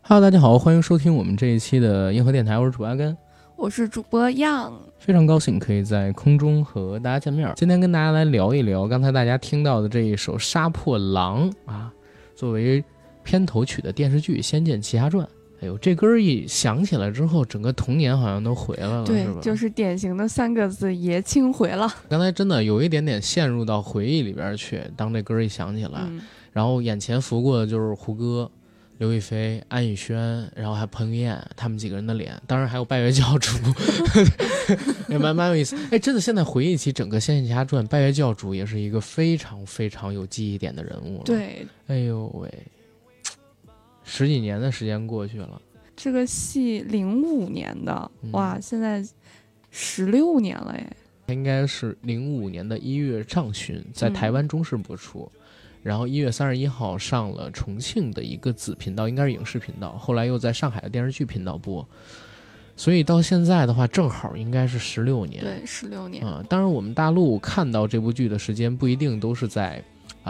Hello， 大家好，欢迎收听我们这一期的硬核电台，我是主播阿根， 我是主播样， 非常高兴可以在空中和大家见面。今天跟大家来聊一聊刚才大家听到的这一首《杀破狼》啊，作为片头曲的电视剧《仙剑奇侠传》。哎呦，这歌一响起来之后，整个童年好像都回来了， 对， 是吧？ 就是典型的3个字，爷青回了。 刚才真的有一点点陷入到回忆里边去，当这歌一响起来，然后眼前浮过的就是胡歌、刘亦菲、安以轩，然后还彭于晏他们几个人的脸，当然还有拜月教主，也蛮有意思。哎，真的，现在回忆起整个《仙剑奇侠传》，拜月教主也是一个非常非常有记忆点的人物了。 对， 哎呦喂，10几年的时间过去了。 这个戏05年的，哇，现在16年了耶。 应该是05年的1月上旬在台湾中视播出。然后1月31号上了重庆的一个子频道，应该是影视频道，后来又在上海的电视剧频道播，所以到现在的话正好应该是16年。 对，16年当然我们大陆看到这部剧的时间不一定都是在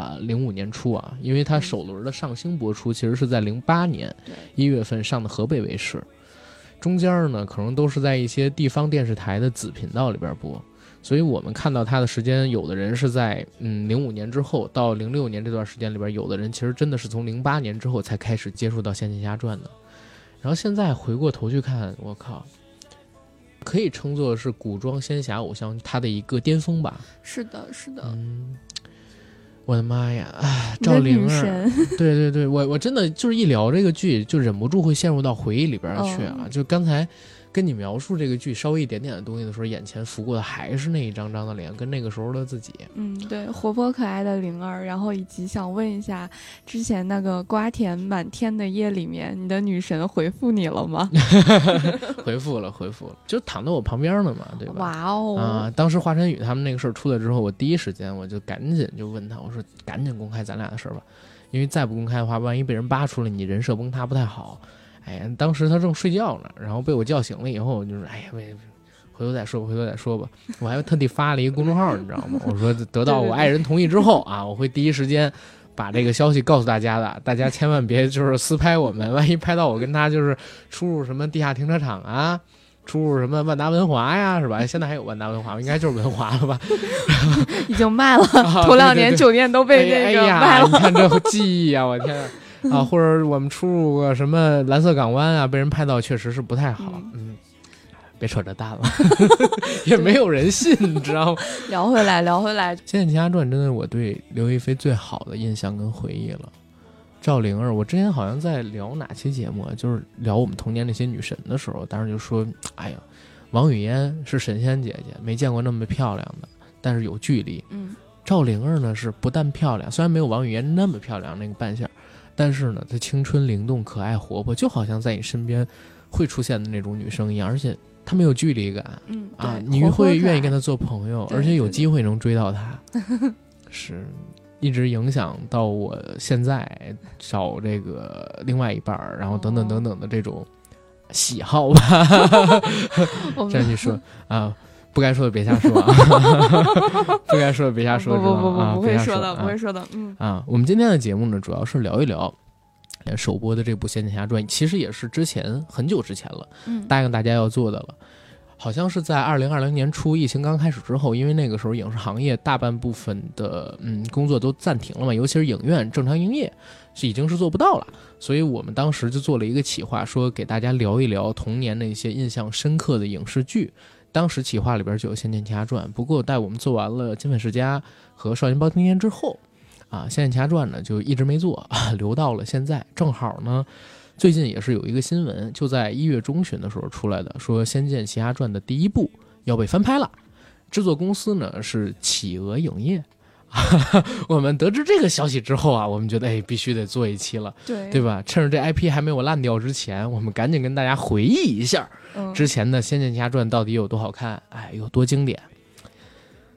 05年初啊，因为它首轮的上星播出其实是在08年1月份上的河北卫视，中间呢可能都是在一些地方电视台的子频道里边播，所以我们看到它的时间，有的人是在05年之后到06年这段时间里边，有的人其实真的是从08年之后才开始接触到《仙剑奇侠传》的。然后现在回过头去看，我靠，可以称作是古装仙侠偶像它的一个巅峰吧。 是的，是的。 我的妈呀！赵灵儿，对对对，我真的就是一聊这个剧，就忍不住会陷入到回忆里边去啊。就刚才跟你描述这个剧稍微一点点的东西的时候，眼前浮过的还是那一张张的脸，跟那个时候的自己。 对，活泼可爱的灵儿，然后以及想问一下，之前那个瓜田满天的夜里面，你的女神回复你了吗？ 回复了，就躺在我旁边呢嘛，对吧？ 哇哦！ 当时华晨宇他们那个事儿出来之后，我第一时间我就赶紧就问他，我说赶紧公开咱俩的事儿吧，因为再不公开的话，万一被人扒出来，你人设崩塌不太好。哎呀，当时他正睡觉呢，然后被我叫醒了以后，就是哎呀，回头再说吧。我还特地发了一个公众号，你知道吗？我说得到我爱人同意之后啊，我会第一时间把这个消息告诉大家的，大家千万别就是私拍我们，万一拍到我跟他就是出入什么地下停车场啊，出入什么万达文华呀，是吧？现在还有万达文华，应该就是文华了吧？ 已经卖了，头2年酒店都被那个卖了。 你看这记忆啊，我天啊！或者我们出入过什么蓝色港湾啊，被人拍到确实是不太好。别扯这淡了，也没有人信，你知道吗？ 聊回来，《 仙剑奇侠传》真的是我对刘亦菲最好的印象跟回忆了。赵灵儿，我之前好像在聊哪期节目啊，就是聊我们童年那些女神的时候，当时就说，哎呀，王语嫣是神仙姐姐，没见过那么漂亮的，但是有距离。赵灵儿呢是不但漂亮，虽然没有王语嫣那么漂亮那个扮相，但是呢她青春灵动、可爱活泼，就好像在你身边会出现的那种女生一样，而且她没有距离感。你会愿意跟她做朋友，而且有机会能追到她，是一直影响到我现在找这个另外一半，然后等等等等的这种喜好吧。这样去说啊。不该说的别瞎说啊！不该说的别瞎说， 不会说的，不会说的。 我们今天的节目呢，主要是聊一聊首播的这部《仙剑奇侠传》，其实也是之前很久之前了，答应大家要做的了。好像是在2020年初疫情刚开始之后，因为那个时候影视行业大半部分的工作都暂停了嘛，尤其是影院正常营业是已经是做不到了，所以我们当时就做了一个企划，说给大家聊一聊童年的一些印象深刻的影视剧。当时企划里边就有《仙剑奇侠传》，不过待我们做完了《金粉世家》和《少年包青天》之后，《仙剑奇侠传》呢就一直没做，留到了现在。正好呢，最近也是有一个新闻，就在1月中旬的时候出来的，说《仙剑奇侠传》的第1部要被翻拍了，制作公司呢是企鹅影业。我们得知这个消息之后啊，我们觉得必须得做一期了，对吧？趁着这 IP 还没有烂掉之前，我们赶紧跟大家回忆一下之前的《仙剑奇侠传》到底有多好看，有多经典。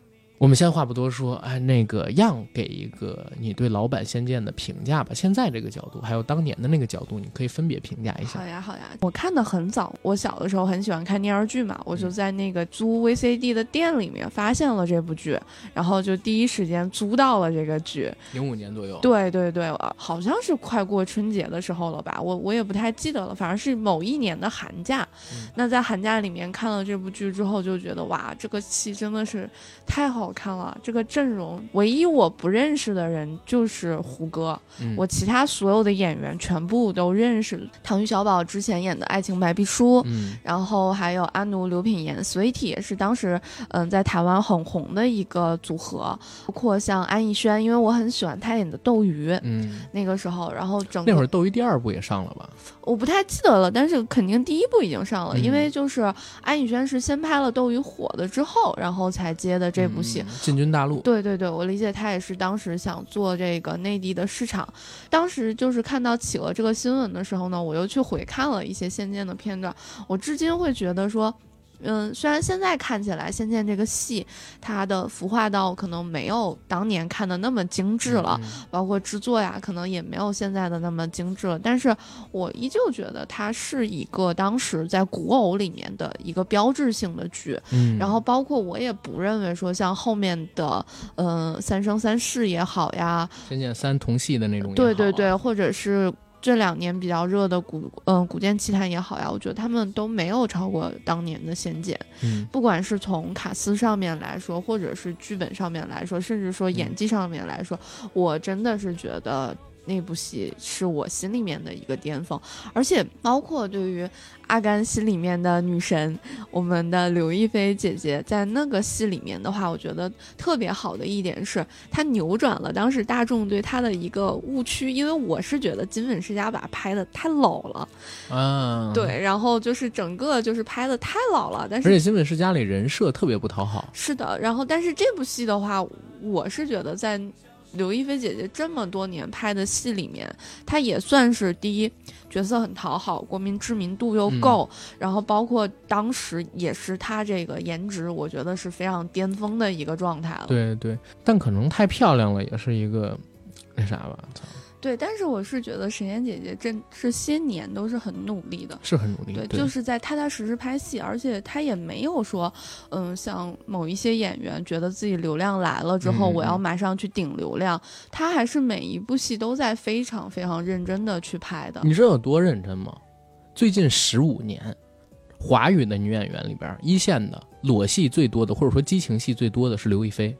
我们先话不多说，那个样给一个你对老版《仙剑》的评价吧。现在这个角度，还有当年的那个角度，你可以分别评价一下。 好呀，好呀。我看的很早，我小的时候很喜欢看电视剧嘛，我就在那个租 VCD 的店里面发现了这部剧，然后就第一时间租到了这个剧。 05年左右。 对对对，好像是快过春节的时候了吧，我也不太记得了，反正是某一年的寒假。那在寒假里面看了这部剧之后，就觉得哇，这个戏真的是太好看了。这个阵容，唯一我不认识的人就是胡歌，我其他所有的演员全部都认识。唐钰小宝之前演的《爱情白皮书》，然后还有阿奴、刘品言、Sweetie 也是当时在台湾很红的一个组合，包括像安以轩，因为我很喜欢他演的斗鱼，那个时候，然后那会儿斗鱼第2部也上了吧？ 我不太记得了，但是肯定第1部已经上了，因为就是安以轩是先拍了斗鱼火的之后，然后才接的这部戏。 进军大陆。 对对对，我理解他也是当时想做这个内地的市场。当时就是看到企鹅这个新闻的时候呢，我又去回看了一些《仙剑》的片段，我至今会觉得说，虽然现在看起来《仙剑》这个戏它的服化道可能没有当年看的那么精致了，包括制作呀可能也没有现在的那么精致了，但是我依旧觉得它是一个当时在古偶里面的一个标志性的剧。然后包括我也不认为说像后面的三生三世也好呀， 仙剑3同系的那种也好， 对对对，或者是这2年比较热的古剑奇谭也好呀，我觉得他们都没有超过当年的仙剑。不管是从卡司上面来说，或者是剧本上面来说，甚至说演技上面来说，我真的是觉得那部戏是我心里面的一个巅峰。而且包括对于阿甘心里面的女神，我们的刘亦菲姐姐，在那个戏里面的话，我觉得特别好的一点是她扭转了当时大众对她的一个误区。因为我是觉得金粉世家把她拍的太老了对，然后就是整个就是拍的太老了，但是而且金粉世家里人设特别不讨好。 是的，然后但是这部戏的话，我是觉得在刘亦菲姐姐这么多年拍的戏里面，她也算是第一角色很讨好，国民知名度又够，然后包括当时也是她这个颜值，我觉得是非常巅峰的一个状态了。 对对，但可能太漂亮了，也是一个那啥吧。 对，但是我是觉得沈岩姐姐这些年都是很努力的， 是很努力。 对，就是在踏踏实实拍戏，而且她也没有说，像某一些演员觉得自己流量来了之后，我要马上去顶流量，她还是每一部戏都在非常非常认真的去拍的。 你知道有多认真吗？最近15年，华语的女演员里边，一线的裸戏最多的，或者说激情戏最多的是刘亦菲。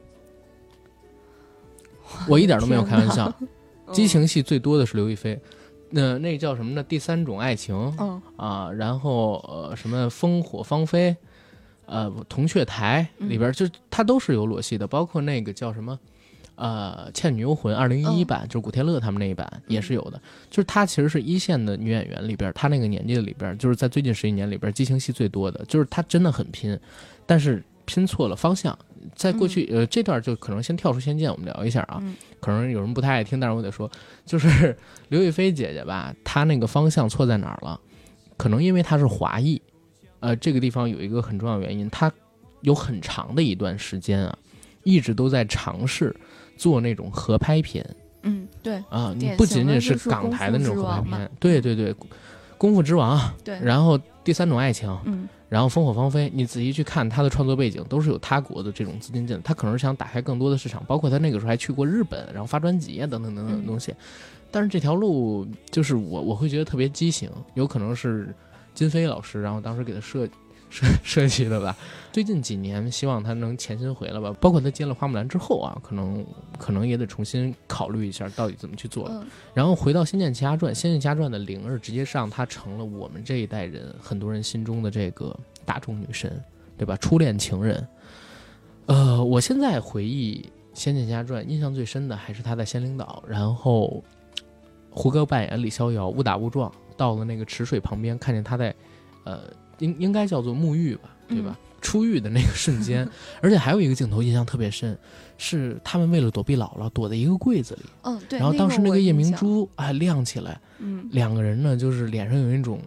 我一点都没有开玩笑。激情戏最多的是刘亦菲，那叫什么呢？第3种爱情，然后什么烽火芳菲，铜雀台里边就它都是有裸戏的，包括那个叫什么倩女幽魂2011版，就是古天乐他们那一版也是有的。就是她其实是一线的女演员里边，她那个年纪的里边，就是在最近11年里边激情戏最多的，就是她真的很拼，但是拼错了方向。在过去这段就可能先跳出仙剑我们聊一下啊，可能有人不太爱听，但是我得说，就是刘亦菲姐姐吧，她那个方向错在哪儿了？可能因为她是华裔，这个地方有一个很重要原因，她有很长的一段时间啊，一直都在尝试做那种合拍片。 对啊，你不仅仅是港台的那种合拍片，对对对，功夫之王， 对， 然后第3种爱情，然后烽火芳菲，你仔细去看他的创作背景，都是有他国的这种资金进，他可能是想打开更多的市场，包括他那个时候还去过日本，然后发专辑啊等等等等的东西。但是这条路就是我会觉得特别畸形，有可能是金飞老师，然后当时给他设计的吧。最近几年希望他能潜心回来吧，包括他接了花木兰之后啊，可能也得重新考虑一下到底怎么去做了。然后回到《仙剑奇侠传》，《仙剑奇侠传》的灵儿直接上，她成了我们这一代人很多人心中的这个大众女神，对吧？初恋情人。我现在回忆《仙剑奇侠传》，印象最深的还是他在仙灵岛，然后胡歌扮演李逍遥，误打误撞到了那个池水旁边，看见他在应该叫做沐浴吧，对吧？出狱的那个瞬间，而且还有一个镜头印象特别深，是他们为了躲避姥姥，躲在一个柜子里。 对。 然后当时那个夜明珠亮起来，两个人呢就是脸上有一种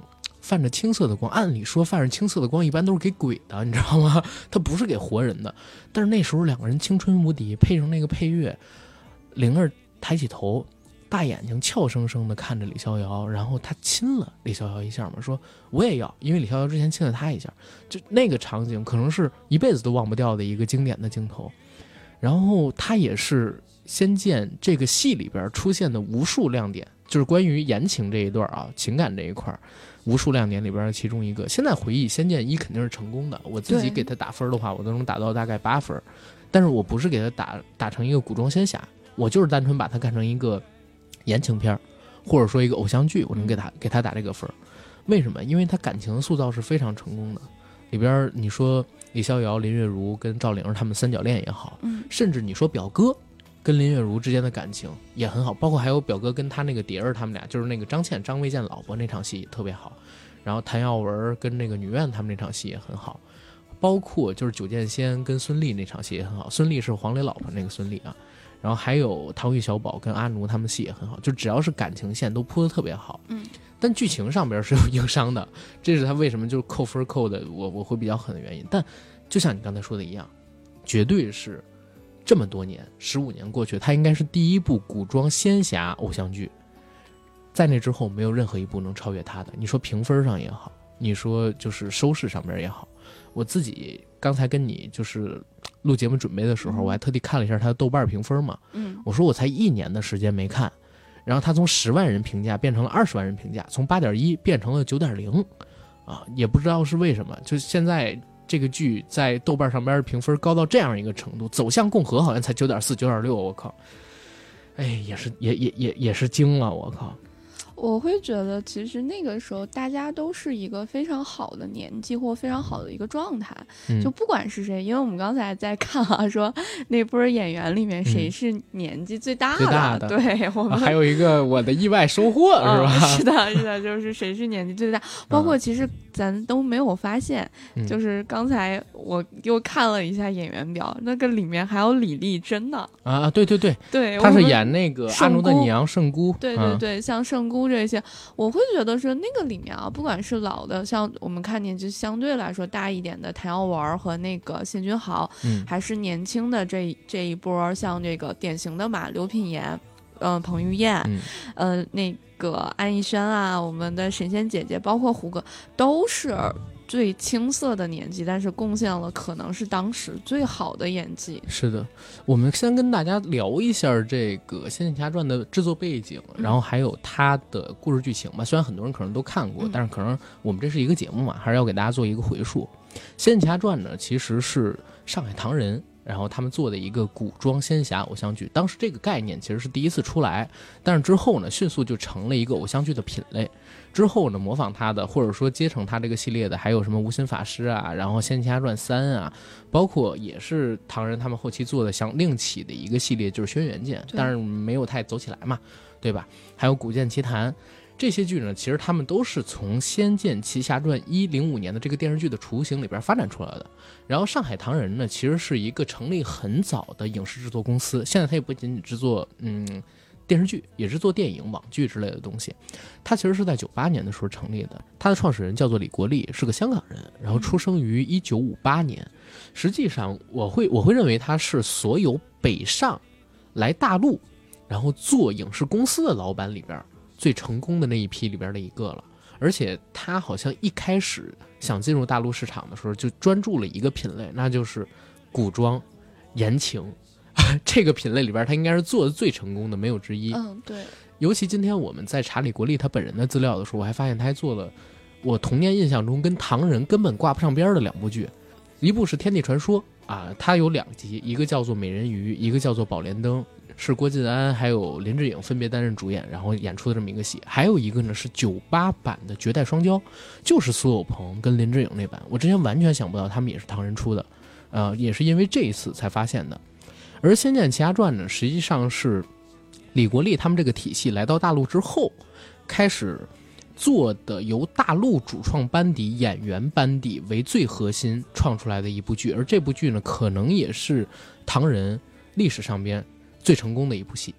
泛着青色的光，按理说泛着青色的光一般都是给鬼的，你知道吗？它不是给活人的。但是那时候两个人青春无敌，配上那个配乐，灵儿抬起头，大眼睛俏生生的看着李逍遥，然后他亲了李逍遥一下嘛，说我也要，因为李逍遥之前亲了他一下，就那个场景可能是一辈子都忘不掉的一个经典的镜头。然后他也是仙剑这个戏里边出现的无数亮点，就是关于言情这一段啊，情感这一块无数亮点里边的其中一个。现在回忆仙剑1肯定是成功的，我自己给他打分的话，我都能打到大概8分，但是我不是给他打成一个古装仙侠，我就是单纯把它看成一个言情片，或者说一个偶像剧，我能给他打这个分。为什么？因为他感情的塑造是非常成功的。里边你说李逍遥、林月如跟赵灵他们三角恋也好，甚至你说表哥跟林月如之间的感情也很好，包括还有表哥跟他那个蝶儿他们俩，就是那个张卫健老婆那场戏也特别好，然后谭耀文跟那个女苑他们那场戏也很好，包括就是九剑仙跟孙俪那场戏也很好，孙俪是黄磊老婆那个孙俪啊，然后还有唐钰小宝跟阿奴他们戏也很好，就只要是感情线都铺得特别好。但剧情上边是有硬伤的，这是他为什么就是扣分扣的我会比较狠的原因。但就像你刚才说的一样，绝对是这么多年15年过去，它应该是第一部古装仙侠偶像剧，在那之后没有任何一部能超越它的。你说评分上也好，你说就是收视上面也好，我自己刚才跟你就是录节目准备的时候，我还特地看了一下它的豆瓣评分嘛，我说我才1年的时间没看，然后它从10万人评价变成了20万人评价，从8.1变成了9.0啊，也不知道是为什么，就现在这个剧在豆瓣上边评分高到这样一个程度，走向共和好像才9.4、9.6，我靠，哎，也是惊了，我靠。 我会觉得其实那个时候大家都是一个非常好的年纪或非常好的一个状态，就不管是谁，因为我们刚才在看啊，说那波演员里面谁是年纪最大的，对，我们还有一个我的意外收获，是吧？ 是的，就是谁是年纪最大，包括其实咱都没有发现，就是刚才我又看了一下演员表，那个里面还有李丽珍呢啊，对，她是演那个阿奴的娘圣姑， 对，像圣姑这些，我会觉得是那个里面啊，不管是老的，像我们看年纪相对来说大一点的谭耀文和那个谢君豪，还是年轻的这一波，像这个典型的嘛，刘品言，彭于晏，那个安以轩啊，我们的神仙姐姐，包括胡歌，都是最青涩的年纪，但是贡献了可能是当时最好的演技。 是的，我们先跟大家聊一下这个《仙剑奇侠传》的制作背景，然后还有它的故事剧情吧。虽然很多人可能都看过，但是可能我们这是一个节目嘛，还是要给大家做一个回述。《仙剑奇侠传》呢，其实是上海唐人然后他们做的一个古装仙侠偶像剧，当时这个概念其实是第一次出来，但是之后呢，迅速就成了一个偶像剧的品类。之后呢，模仿他的或者说接承他这个系列的，还有什么无心法师啊，然后《仙剑奇侠传3》啊，包括也是唐人他们后期做的想另起的一个系列，就是《轩辕剑》，但是没有太走起来嘛，对吧？还有《古剑奇谭》。这些剧呢，其实他们都是从《仙剑奇侠传》2005年的这个电视剧的雏形里边发展出来的。然后上海唐人呢，其实是一个成立很早的影视制作公司，现在它也不仅仅制作电视剧，也是做电影、网剧之类的东西。它其实是在98年的时候成立的，它的创始人叫做李国立，是个香港人，然后出生于1958年。实际上，我会认为他是所有北上来大陆，然后做影视公司的老板里边最成功的那一批里边的一个了。而且他好像一开始想进入大陆市场的时候就专注了一个品类，那就是古装言情这个品类里边他应该是做的最成功的，没有之一。 对。 尤其今天我们在查李国立他本人的资料的时候，我还发现他还做了我童年印象中跟唐人根本挂不上边的2部剧，一部是《天地传说》啊，它有2集，一个叫做《美人鱼》，一个叫做《宝莲灯》，是郭晋安还有林志颖分别担任主演，然后演出的这么一个戏。还有一个呢是98版的《绝代双骄》，就是苏有朋跟林志颖那版，我之前完全想不到他们也是唐人出的，也是因为这一次才发现的。而《仙剑奇侠传》呢，实际上是李国立他们这个体系来到大陆之后开始做的，由大陆主创班底、演员班底为最核心创出来的一部剧。而这部剧呢，可能也是唐人历史上边最成功的一部戏，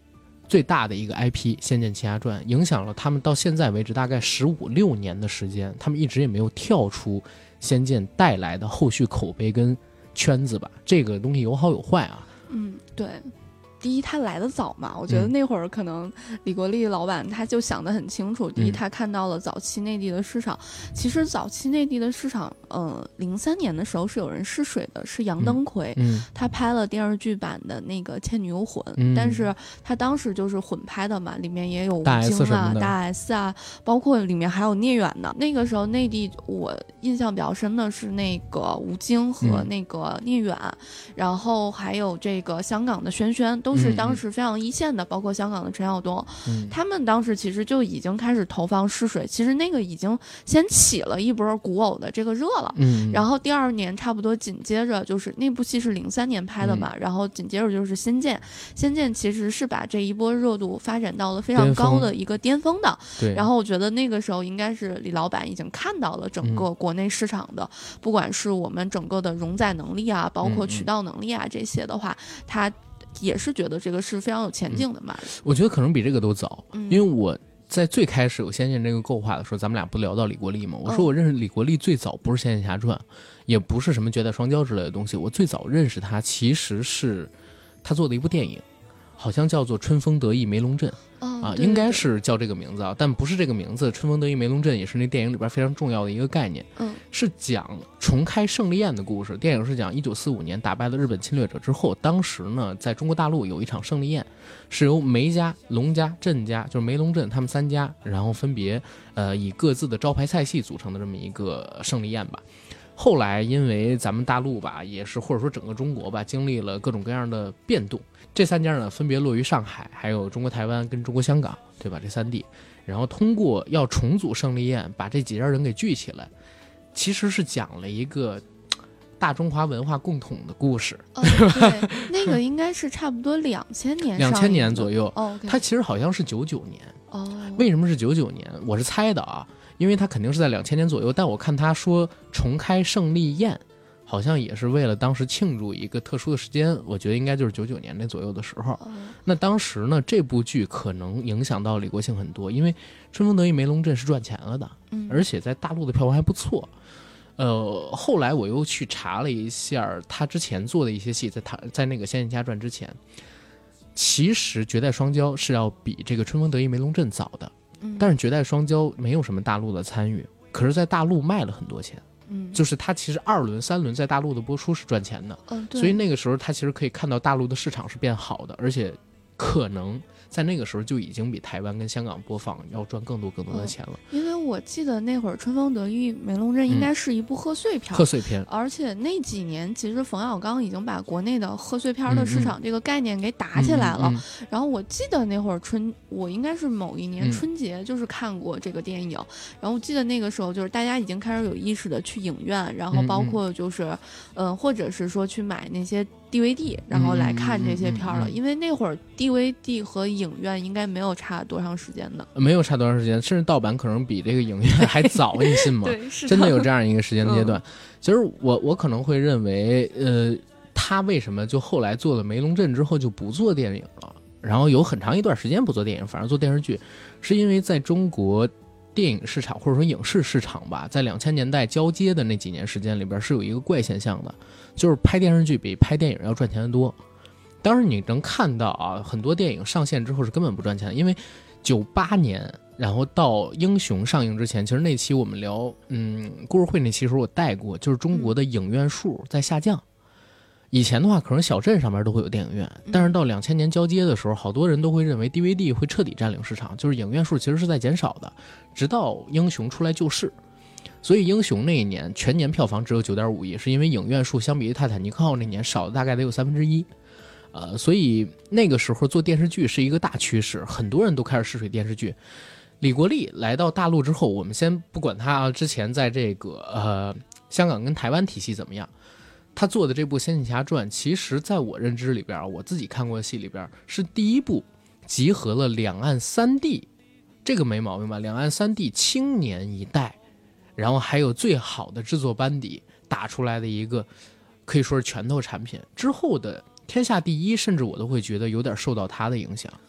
最大的一个 IP 仙剑奇侠传，影响了他们到现在为止大概15-16年的时间，他们一直也没有跳出仙剑带来的后续口碑跟圈子吧，这个东西有好有坏啊。 对，第一他来得早嘛，我觉得那会儿可能李国立老板他就想得很清楚，第一他看到了早期内地的市场，其实早期内地的市场03年的时候是有人试水的，是杨登魁，他拍了电视剧版的那个《倩女幽魂》，但是他当时就是混拍的嘛，里面也有吴京啊、大 S 啊，包括里面还有聂远的。那个时候内地我印象比较深的是那个吴京和那个聂远，然后还有这个香港的轩轩，都是当时非常一线的，包括香港的陈晓东，他们当时其实就已经开始投放试水，其实那个已经先起了一波古偶的这个热了。然后第二年差不多紧接着就是那部戏是03年拍的嘛，然后紧接着就是仙剑，仙剑其实是把这一波热度发展到了非常高的一个巅峰的。 对， 然后我觉得那个时候应该是李老板已经看到了整个国内市场的，不管是我们整个的容载能力啊，包括渠道能力啊，这些的话，他也是觉得这个是非常有前景的嘛。 我觉得可能比这个都早，因为我在最开始有仙剑这个构画的时候，咱们俩不聊到李国立吗？我说我认识李国立最早不是仙剑奇侠传，也不是什么绝代双骄之类的东西，我最早认识他其实是他做的一部电影，好像叫做春风得意梅龙镇。 对， 应该是叫这个名字啊，但不是这个名字。春风得意梅龙镇也是那电影里边非常重要的一个概念，是讲重开胜利宴的故事。电影是讲1945年打败了日本侵略者之后，当时呢在中国大陆有一场胜利宴，是由梅家、龙家、镇家，就是梅龙镇他们3家，然后分别以各自的招牌菜系组成的这么一个胜利宴吧。后来因为咱们大陆吧，也是或者说整个中国吧，经历了各种各样的变动，这3家呢分别落于上海，还有中国台湾跟中国香港，对吧？这3地，然后通过要重组胜利宴，把这几家人给聚起来，其实是讲了一个大中华文化共统的故事。 对，那个应该是差不多2000年 ，2000年左右。 okay. 它其实好像是99年。为什么是99年？我是猜的啊。因为他肯定是在2000年左右，但我看他说重开胜利宴，好像也是为了当时庆祝一个特殊的时间，我觉得应该就是99年那左右的时候。那当时呢，这部剧可能影响到李国庆很多，因为春风得意梅龙镇是赚钱了的，而且在大陆的票房还不错。后来我又去查了一下他之前做的一些戏，在那个仙剑奇侠传之前，其实绝代双骄是要比这个春风得意梅龙镇早的。但是绝代双骄没有什么大陆的参与，可是在大陆卖了很多钱，就是它其实2轮3轮在大陆的播出是赚钱的，所以那个时候它其实可以看到大陆的市场是变好的，而且可能在那个时候就已经比台湾跟香港播放要赚更多的钱了。 因为我记得那会儿春风得意梅龙镇应该是一部贺岁片， 贺岁片， 而且那几年其实冯小刚已经把国内的贺岁片的市场这个概念给打起来了。然后我记得那会儿我应该是某一年春节就是看过这个电影，然后我记得那个时候就是大家已经开始有意识的去影院，然后包括就是或者是说去买那些DVD 然后来看这些片了，因为那会儿 DVD 和影院应该没有差多长时间的， 没有差多长时间，甚至盗版可能比这个影院还早，你信吗？ 对，是真的有这样一个时间阶段。其实我可能会认为，他为什么就后来做了梅龙镇之后就不做电影了，然后有很长一段时间不做电影，反而做电视剧，是因为在中国电影市场或者说影视市场吧，在2000年代交接的那几年时间里边是有一个怪现象的，就是拍电视剧比拍电影要赚钱的多。当然你能看到啊，很多电影上线之后是根本不赚钱的，因为98年然后到英雄上映之前，其实那期我们聊故事会那期时候我带过，就是中国的影院数在下降。以前的话可能小镇上面都会有电影院，但是到2000年交接的时候，好多人都会认为 DVD 会彻底占领市场，就是影院数其实是在减少的，直到英雄出来救市。所以英雄那一年全年票房只有 9.5 亿，是因为影院数相比于泰坦尼克号那年少的大概得有1/3。所以那个时候做电视剧是一个大趋势，很多人都开始试水电视剧。李国立来到大陆之后，我们先不管他之前在这个香港跟台湾体系怎么样，他做的这部《仙剑奇侠传》，其实在我认知里边，我自己看过的戏里边，是第一部集合了两岸3地，这个没毛病吧？两岸3地青年一代，然后还有最好的制作班底打出来的一个，可以说是拳头产品。之后的天下第一，甚至我都会觉得有点受到他的影响。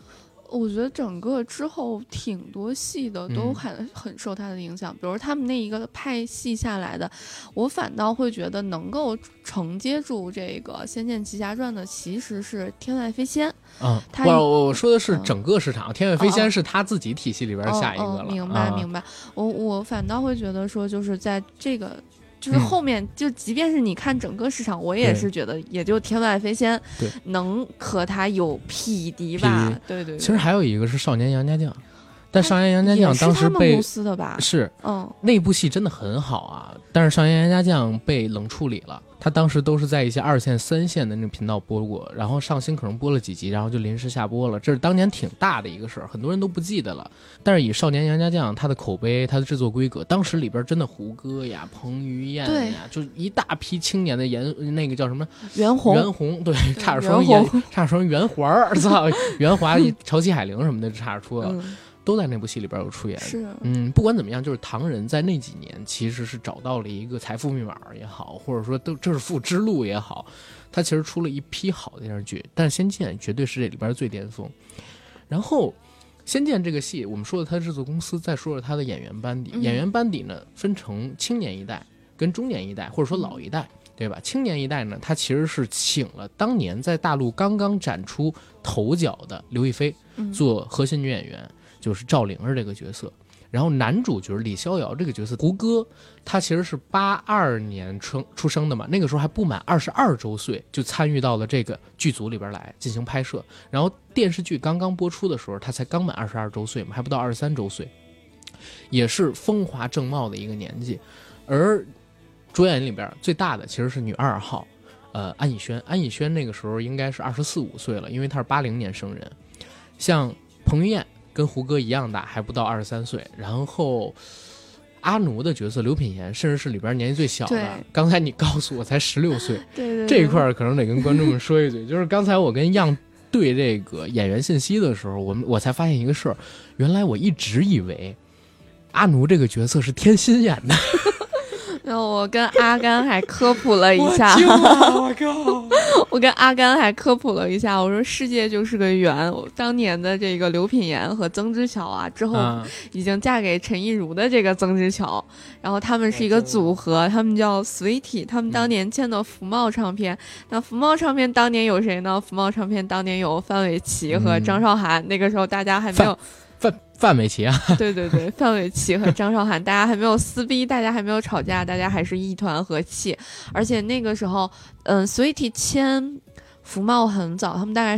我觉得整个之后挺多戏的都很受他的影响，比如他们那一个派系下来的，我反倒会觉得能够承接住这个《仙剑奇侠传》的其实是《天外飞仙》。 我说的是整个市场，天外飞仙》是他自己体系里边下一个了。 明白。我反倒会觉得说，就是在这个。就是后面就即便是你看整个市场，我也是觉得也就天外飞仙能和他有匹敌吧。对。 其实还有一个是少年杨家将，但少年杨家将当时被公司的吧？ 是，那部戏真的很好啊，但是少年杨家将被冷处理了。他当时都是在一些2线、3线的那个频道播过，然后上星可能播了几集，然后就临时下播了。这是当年挺大的一个事儿，很多人都不记得了。但是以少年杨家将他的口碑、他的制作规格，当时里边真的胡歌呀、彭于晏呀，就一大批青年的那个叫什么袁弘， 对，差点说袁华，操，袁华、潮起海凌什么的，差点说了。都在那部戏里边有出演。 是， 不管怎么样，就是唐人在那几年其实是找到了一个财富密码也好，或者说致富之路也好，他其实出了一批好的电视剧，但是《仙剑》绝对是这里边最巅峰。然后《仙剑》这个戏，我们说了他的制作公司，再说了他的演员班底。演员班底呢，分成青年一代跟中年一代，或者说老一代，对吧？青年一代呢，他其实是请了当年在大陆刚刚展出头角的刘亦菲做核心女演员。就是赵灵儿这个角色，然后男主角李逍遥这个角色，胡歌，他其实是82年出生的嘛，那个时候还不满22周岁，就参与到了这个剧组里边来进行拍摄。然后电视剧刚刚播出的时候，他才刚满22周岁嘛，还不到23周岁，也是风华正茂的一个年纪。而主演里边最大的其实是女2号，安以轩。安以轩那个时候应该是24、25岁了，因为她是80年生人。像彭于晏。跟胡歌一样大，还不到23岁。然后阿奴的角色刘品言，甚至是里边年纪最小的。刚才你告诉我才16岁， 对， 这一块可能得跟观众们说一嘴，就是刚才我跟样对这个演员信息的时候，我才发现一个事儿，原来我一直以为阿奴这个角色是天心演的。 然后我跟阿甘还科普了一下， 我靠！ 我跟阿甘还科普了一下，我说世界就是个圆。当年的这个刘品言和曾之乔啊，之后已经嫁给陈亦儒的这个曾之乔，然后他们是一个组合，他们叫 Sweetie， 他们当年签的福茂唱片。那福茂唱片当年有谁呢？福茂唱片当年有范玮琪和张韶涵，那个时候大家还没有。 范玮琪啊， 对，范玮琪和张韶涵，大家还没有撕逼，大家还没有吵架，大家还是一团和气。而且那个时候，Sweetie 签福茂很早，他们大概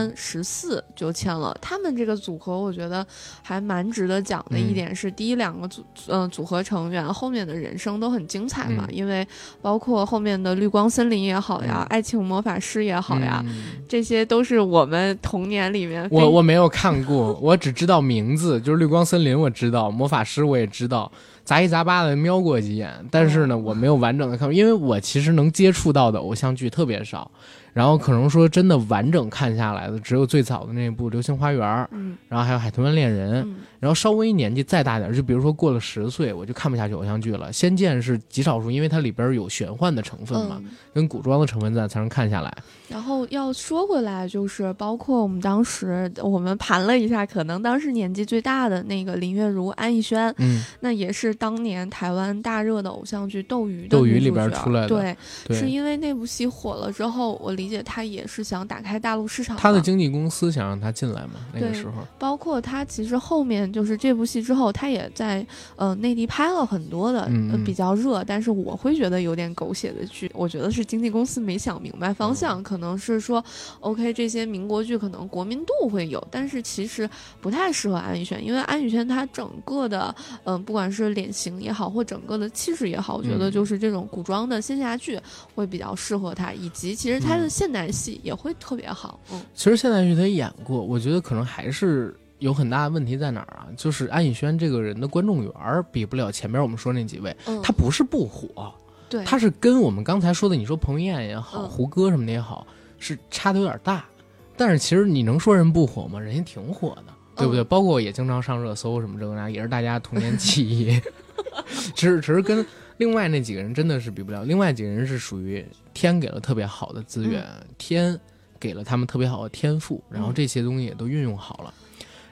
13、14就签了。他们这个组合，我觉得还蛮值得讲的一点是，第一2个组合成员后面的人生都很精彩嘛，因为包括后面的绿光森林也好呀，爱情魔法师也好呀，这些都是我们童年里面。 我没有看过，我只知道名字，就是绿光森林我知道，魔法师我也知道。杂七杂八的瞄过几眼，但是呢，我没有完整的看过，因为我其实能接触到的偶像剧特别少，然后可能说真的完整看下来的只有最早的那部《流星花园》，然后还有《海豚湾恋人》，然后稍微年纪再大点，就比如说过了10岁，我就看不下去偶像剧了。《仙剑》是极少数，因为它里边有玄幻的成分嘛，跟古装的成分在才能看下来。 然后要说回来，就是包括我们当时我们盘了一下，可能当时年纪最大的那个林月如、安以轩，那也是当年台湾大热的偶像剧《斗鱼》 里边出来的。 对，是因为那部戏火了之后，我理解他也是想打开大陆市场， 他的经纪公司想让他进来嘛，那个时候。 包括他其实后面就是这部戏之后，他也在内地拍了很多的比较热，但是我会觉得有点狗血的剧。我觉得是经纪公司没想明白方向，可能是说 OK 这些民国剧可能国民度会有，但是其实不太适合安以轩，因为安以轩她整个的不管是脸型也好，或整个的气质也好，我觉得就是这种古装的仙侠剧会比较适合她，以及其实她的现代戏也会特别好。 其实现代剧她演过，我觉得可能还是有很大的问题在哪儿啊？就是安以轩这个人的观众缘比不了前面我们说那几位，他不是不火， 对， 他是跟我们刚才说的，你说彭于晏也好，胡歌什么的也好，是差的有点大。但是其实你能说人不火吗？人家挺火的，对不对？包括我也经常上热搜什么这个那，也是大家童年记忆。只是跟另外那几个人真的是比不了，另外几个人是属于天给了特别好的资源，天给了他们特别好的天赋，然后这些东西也都运用好了。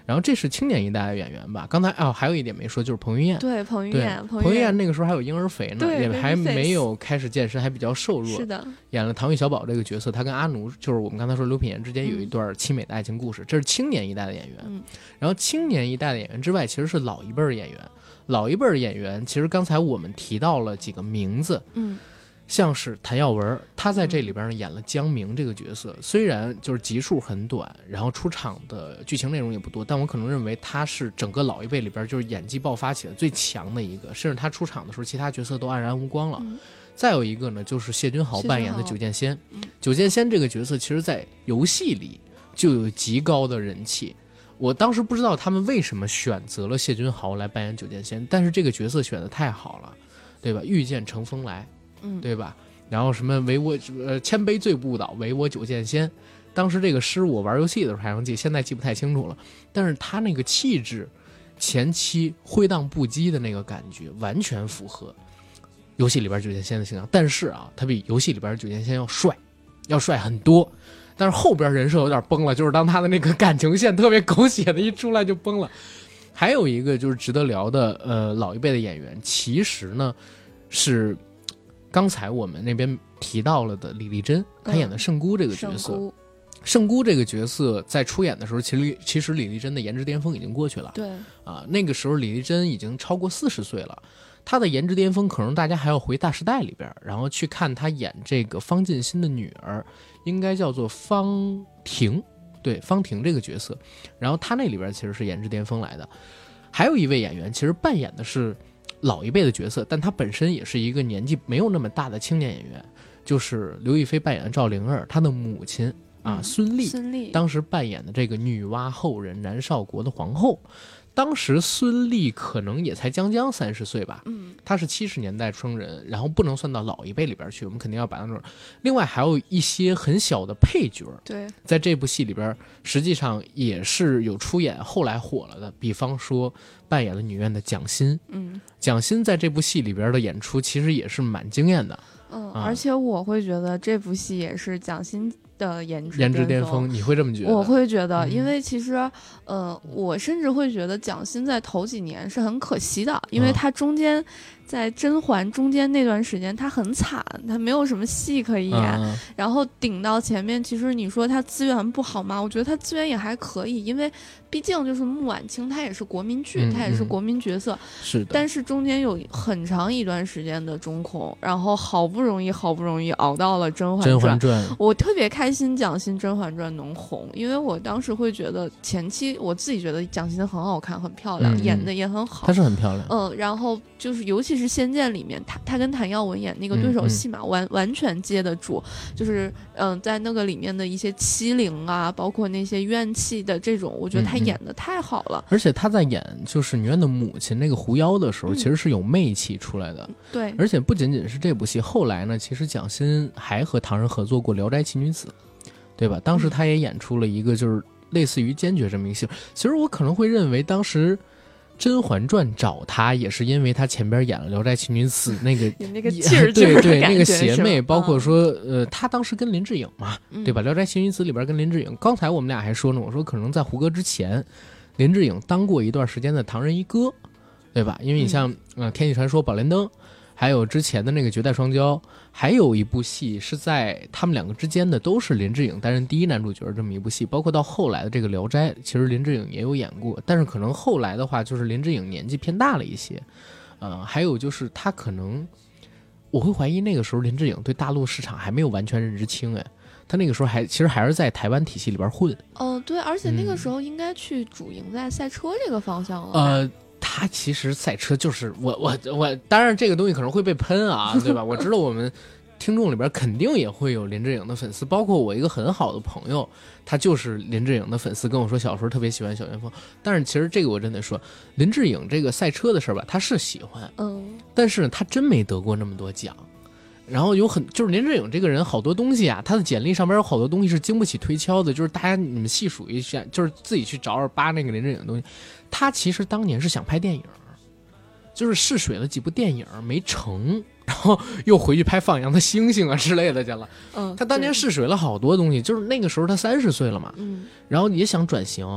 然后这是青年一代的演员吧。刚才还有一点没说，就是彭于晏。 对，彭于晏那个时候还有婴儿肥呢，也还没有开始健身，还比较瘦弱。 是的， 演了唐钰小宝这个角色，他跟阿奴就是我们刚才说刘品言之间有一段凄美的爱情故事。这是青年一代的演员。然后青年一代的演员之外，其实是老一辈的演员。老一辈的演员，其实刚才我们提到了几个名字。像是谭耀文，他在这里边演了江明这个角色，虽然就是集数很短，然后出场的剧情内容也不多，但我可能认为他是整个老一辈里边就是演技爆发起来最强的一个，甚至他出场的时候，其他角色都黯然无光了。再有一个呢，就是谢君豪扮演的九剑仙。九剑仙这个角色，其实在游戏里就有极高的人气。我当时不知道他们为什么选择了谢君豪来扮演九剑仙，但是这个角色选的太好了，对吧？遇见乘风来。对吧？然后什么唯我千杯醉不倒，唯我九剑仙。当时这个诗我玩游戏的时候还能记，现在记不太清楚了。但是他那个气质，前期挥荡不羁的那个感觉，完全符合游戏里边九剑仙的形象。但是啊，他比游戏里边九剑仙要帅很多。但是后边人设有点崩了，就是当他的那个感情线特别狗血的一出来就崩了。还有一个就是值得聊的，老一辈的演员，其实呢是。刚才我们那边提到了的李丽珍，她演的圣姑这个角色，圣姑这个角色在出演的时候，其实李丽珍的颜值巅峰已经过去了。 对啊，那个时候李丽珍已经超过40岁了，她的颜值巅峰可能大家还要回《大时代》里边，然后去看她演这个方进新的女儿，应该叫做方婷，对，方婷这个角色，然后她那里边其实是颜值巅峰来的。还有一位演员，其实扮演的是老一辈的角色，但他本身也是一个年纪没有那么大的青年演员，就是刘亦菲扮演的赵灵儿，她的母亲啊，孙俪当时扮演的这个女娲后人南少国的皇后。当时孙俪可能也才将30岁吧，她是70年代生人，然后不能算到老一辈里边去，我们肯定要把她那种。另外还有一些很小的配角， 对， 在这部戏里边实际上也是有出演，后来火了的，比方说扮演了女院的蒋欣，蒋欣在这部戏里边的演出其实也是蛮惊艳的， 而且我会觉得这部戏也是蒋欣的颜值巅峰，你会这么觉得？ 我会觉得，因为其实，我甚至会觉得蒋欣在头几年是很可惜的，因为她中间在甄嬛中间那段时间，她很惨，她没有什么戏可以演，然后顶到前面，其实你说她资源不好吗？我觉得她资源也还可以，因为毕竟就是穆婉清，她也是国民剧，她也是国民角色， 是的。 但是中间有很长一段时间的中空，然后好不容易熬到了《甄嬛传》，我特别开心蒋欣《甄嬛传》能红，因为我当时会觉得前期我自己觉得蒋欣很好看，很漂亮，演的也很好， 她是很漂亮， 然后就是尤其是《仙剑》里面，她跟谭耀文演那个对手戏嘛，完全接得住，就是在那个里面的一些欺凌啊，包括那些怨气的这种，我觉得她演的太好了。 而且她在演就是女院的母亲那个狐妖的时候，其实是有媚气出来的。 对， 而且不仅仅是这部戏，后来呢，其实蒋欣还和唐人合作过《聊斋奇女子》。对吧？当时他也演出了一个就是类似于奸角这么一个戏。其实我可能会认为，当时《甄嬛传》找他也是因为他前边演了《聊斋奇女子》那个那个劲儿， 对那个邪魅，包括说他当时跟林志颖嘛，对吧？《聊斋奇女子》里边跟林志颖，刚才我们俩还说呢，我说可能在胡歌之前，林志颖当过一段时间的唐人一哥，对吧？因为你像天气传说》《宝莲灯》。还有之前的那个《绝代双骄》，还有一部戏是在他们两个之间的，都是林志颖担任第一男主角这么一部戏。包括到后来的这个《聊斋》，其实林志颖也有演过，但是可能后来的话，就是林志颖年纪偏大了一些。还有就是他可能，我会怀疑那个时候林志颖对大陆市场还没有完全认知清，他那个时候其实还是在台湾体系里边混。 对，而且那个时候应该去主营在赛车这个方向了。 他其实赛车就是我，当然这个东西可能会被喷啊，对吧？我知道我们听众里边肯定也会有林志颖的粉丝，包括我一个很好的朋友，他就是林志颖的粉丝，跟我说小时候特别喜欢小旋风。但是其实这个我真得说，林志颖这个赛车的事吧，他是喜欢，但是他真没得过那么多奖。然后就是林志颖这个人好多东西啊，他的简历上边有好多东西是经不起推敲的，就是大家你们细数一下，就是自己去找扒那个林志颖的东西。他其实当年是想拍电影，就是试水了几部电影没成，然后又回去拍《放羊的星星》啊之类的去了。他当年试水了好多东西，就是那个时候他30岁了嘛，然后也想转型，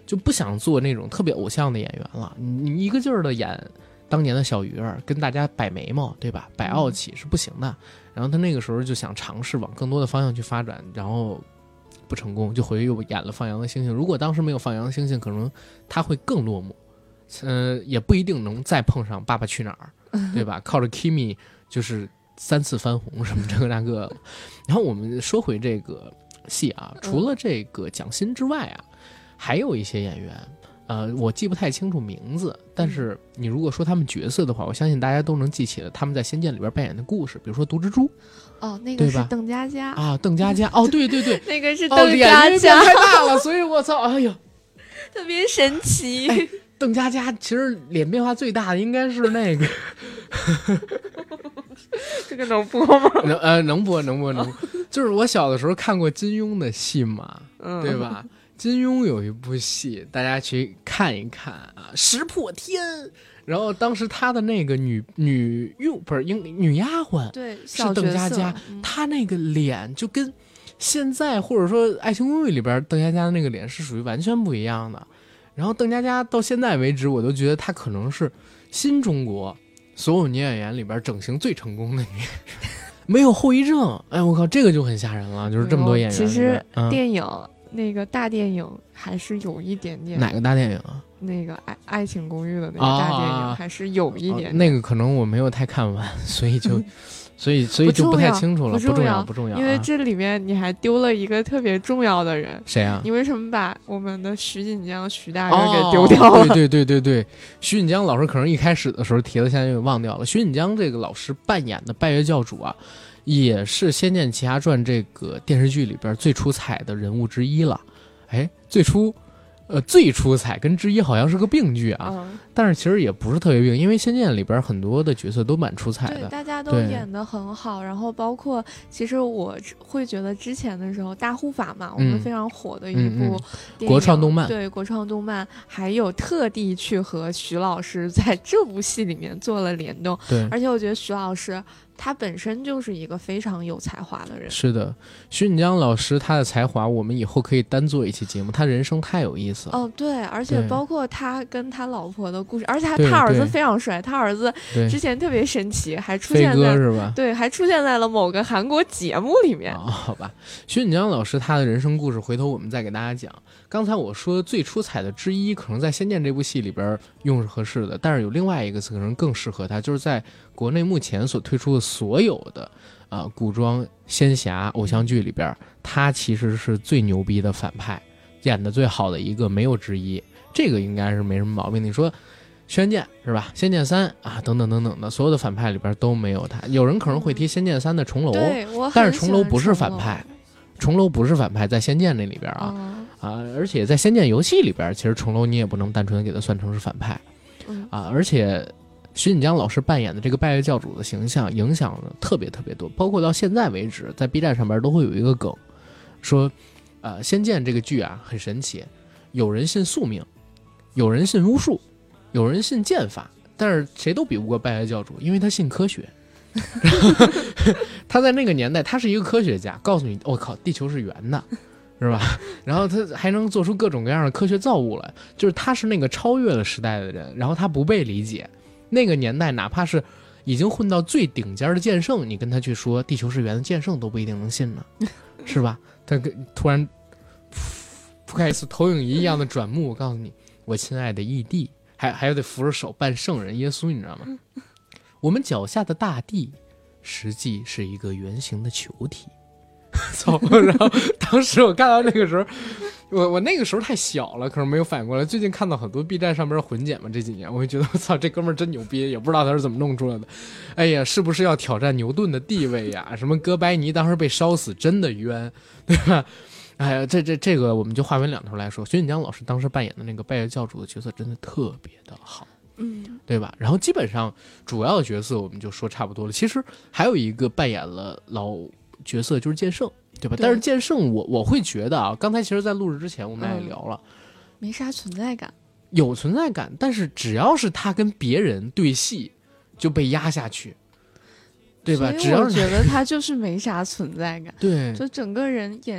就不想做那种特别偶像的演员了。你一个劲儿的演当年的小鱼儿，跟大家摆眉毛，对吧？摆傲气是不行的。然后他那个时候就想尝试往更多的方向去发展，然后不成功，就回去又演了《放羊的星星》。如果当时没有《放羊的星星》，可能他会更落寞，也不一定能再碰上《爸爸去哪儿》，对吧？靠着 Kimi 就是3次翻红什么这个那个。然后我们说回这个戏啊，除了这个蒋欣之外啊，还有一些演员。我记不太清楚名字，但是你如果说他们角色的话，我相信大家都能记起了他们在《仙剑》里边扮演的故事，比如说毒蜘蛛， 那个是邓家佳啊，邓家佳，对对对， 那个是邓家佳， 脸太大了，所以我操，哎呦， 特别神奇。 邓家佳其实脸变化最大的应该是那个， 这个能播吗？ 能播，就是我小的时候看过金庸的戏嘛，对吧？金庸有一部戏，大家去看一看啊，《石破天》。然后当时他的那个女丫鬟， 对， 是邓家佳，她那个脸就跟现在或者说《爱情公寓》里边邓家佳的那个脸是属于完全不一样的。然后邓家佳到现在为止，我都觉得她可能是新中国所有女演员里边整形最成功的女演员，没有后遗症。哎，我靠，这个就很吓人了，就是这么多演员。 其实电影。那个大电影还是有一点点。 哪个大电影啊？ 那个爱情公寓的那个大电影还是有一点点。 那个可能我没有太看完，所以就所以就不太清楚了。不重要， 因为这里面你还丢了一个特别重要的人。 谁啊？ 你为什么把我们的徐锦江徐大人给丢掉了？ 对，徐锦江老师可能一开始的时候提了，现在又忘掉了。徐锦江这个老师扮演的拜月教主啊，也是《仙剑奇侠传》这个电视剧里边最出彩的人物之一了。哎，最出彩跟之一好像是个并句啊，但是其实也不是特别并，因为《仙剑》里边很多的角色都蛮出彩的， 对，大家都演得很好。然后包括，其实我会觉得之前的时候，《大护法》嘛，我们非常火的一部电影， 国创动漫， 对，国创动漫，还有特地去和徐老师在这部戏里面做了联动。 对， 而且我觉得徐老师他本身就是一个非常有才华的人。 是的，徐锦江老师他的才华，我们以后可以单做一期节目。他人生太有意思了。 对，而且包括他跟他老婆的故事，而且他儿子非常帅，他儿子之前特别神奇，还出现在是吧？ 对，还出现在了某个韩国节目里面。 好吧，徐锦江老师他的人生故事，回头我们再给大家讲。刚才我说最出彩的之一，可能在《仙剑》这部戏里边用是合适的，但是有另外一个可能更适合他，就是在国内目前所推出的所有的古装仙侠偶像剧里边，他其实是最牛逼的反派，演的最好的一个，没有之一。这个应该是没什么毛病。你说轩辕剑是吧？仙剑3啊，等等等等的，所有的反派里边都没有他。有人可能会提仙剑3的重楼，但是重楼不是反派，重楼不是反派，在仙剑那里边而且在仙剑游戏里边，其实重楼你也不能单纯的给他算成是反派而且徐锦江老师扮演的这个拜月教主的形象影响了特别特别多，包括到现在为止，在 B 站上面都会有一个梗，说仙剑这个剧啊很神奇，有人信宿命，有人信巫术，有人信剑法，但是谁都比不过拜月教主，因为他信科学。他在那个年代他是一个科学家，告诉你我靠地球是圆的，是吧？然后他还能做出各种各样的科学造物来，就是他是那个超越了时代的人，然后他不被理解。那个年代哪怕是已经混到最顶尖的剑圣，你跟他去说地球是圆的，剑圣都不一定能信呢，是吧？他突然铺开一次投影仪一样的转目，我告诉你，我亲爱的义弟，还得扶着手扮圣人耶稣，你知道吗？我们脚下的大地实际是一个圆形的球体。操！然后当时我看到那个时候，我那个时候太小了，可能没有反应过来。最近看到很多 B 站上边的混剪嘛，这几年我会觉得我操，这哥们儿真牛逼，也不知道他是怎么弄出来的。哎呀，是不是要挑战牛顿的地位呀？什么哥白尼当时被烧死真的冤，对吧？哎呀，这个我们就划分两头来说。徐锦江老师当时扮演的那个拜月教主的角色真的特别的好。对吧？然后基本上主要的角色我们就说差不多了。其实还有一个扮演了老角色就是剑圣，对吧？但是剑圣我会觉得啊，刚才其实在录制之前我们俩也聊了， 没啥存在感， 有存在感，但是只要是他跟别人对戏就被压下去，对吧？只要我觉得他就是没啥存在感， 对， 就整个人演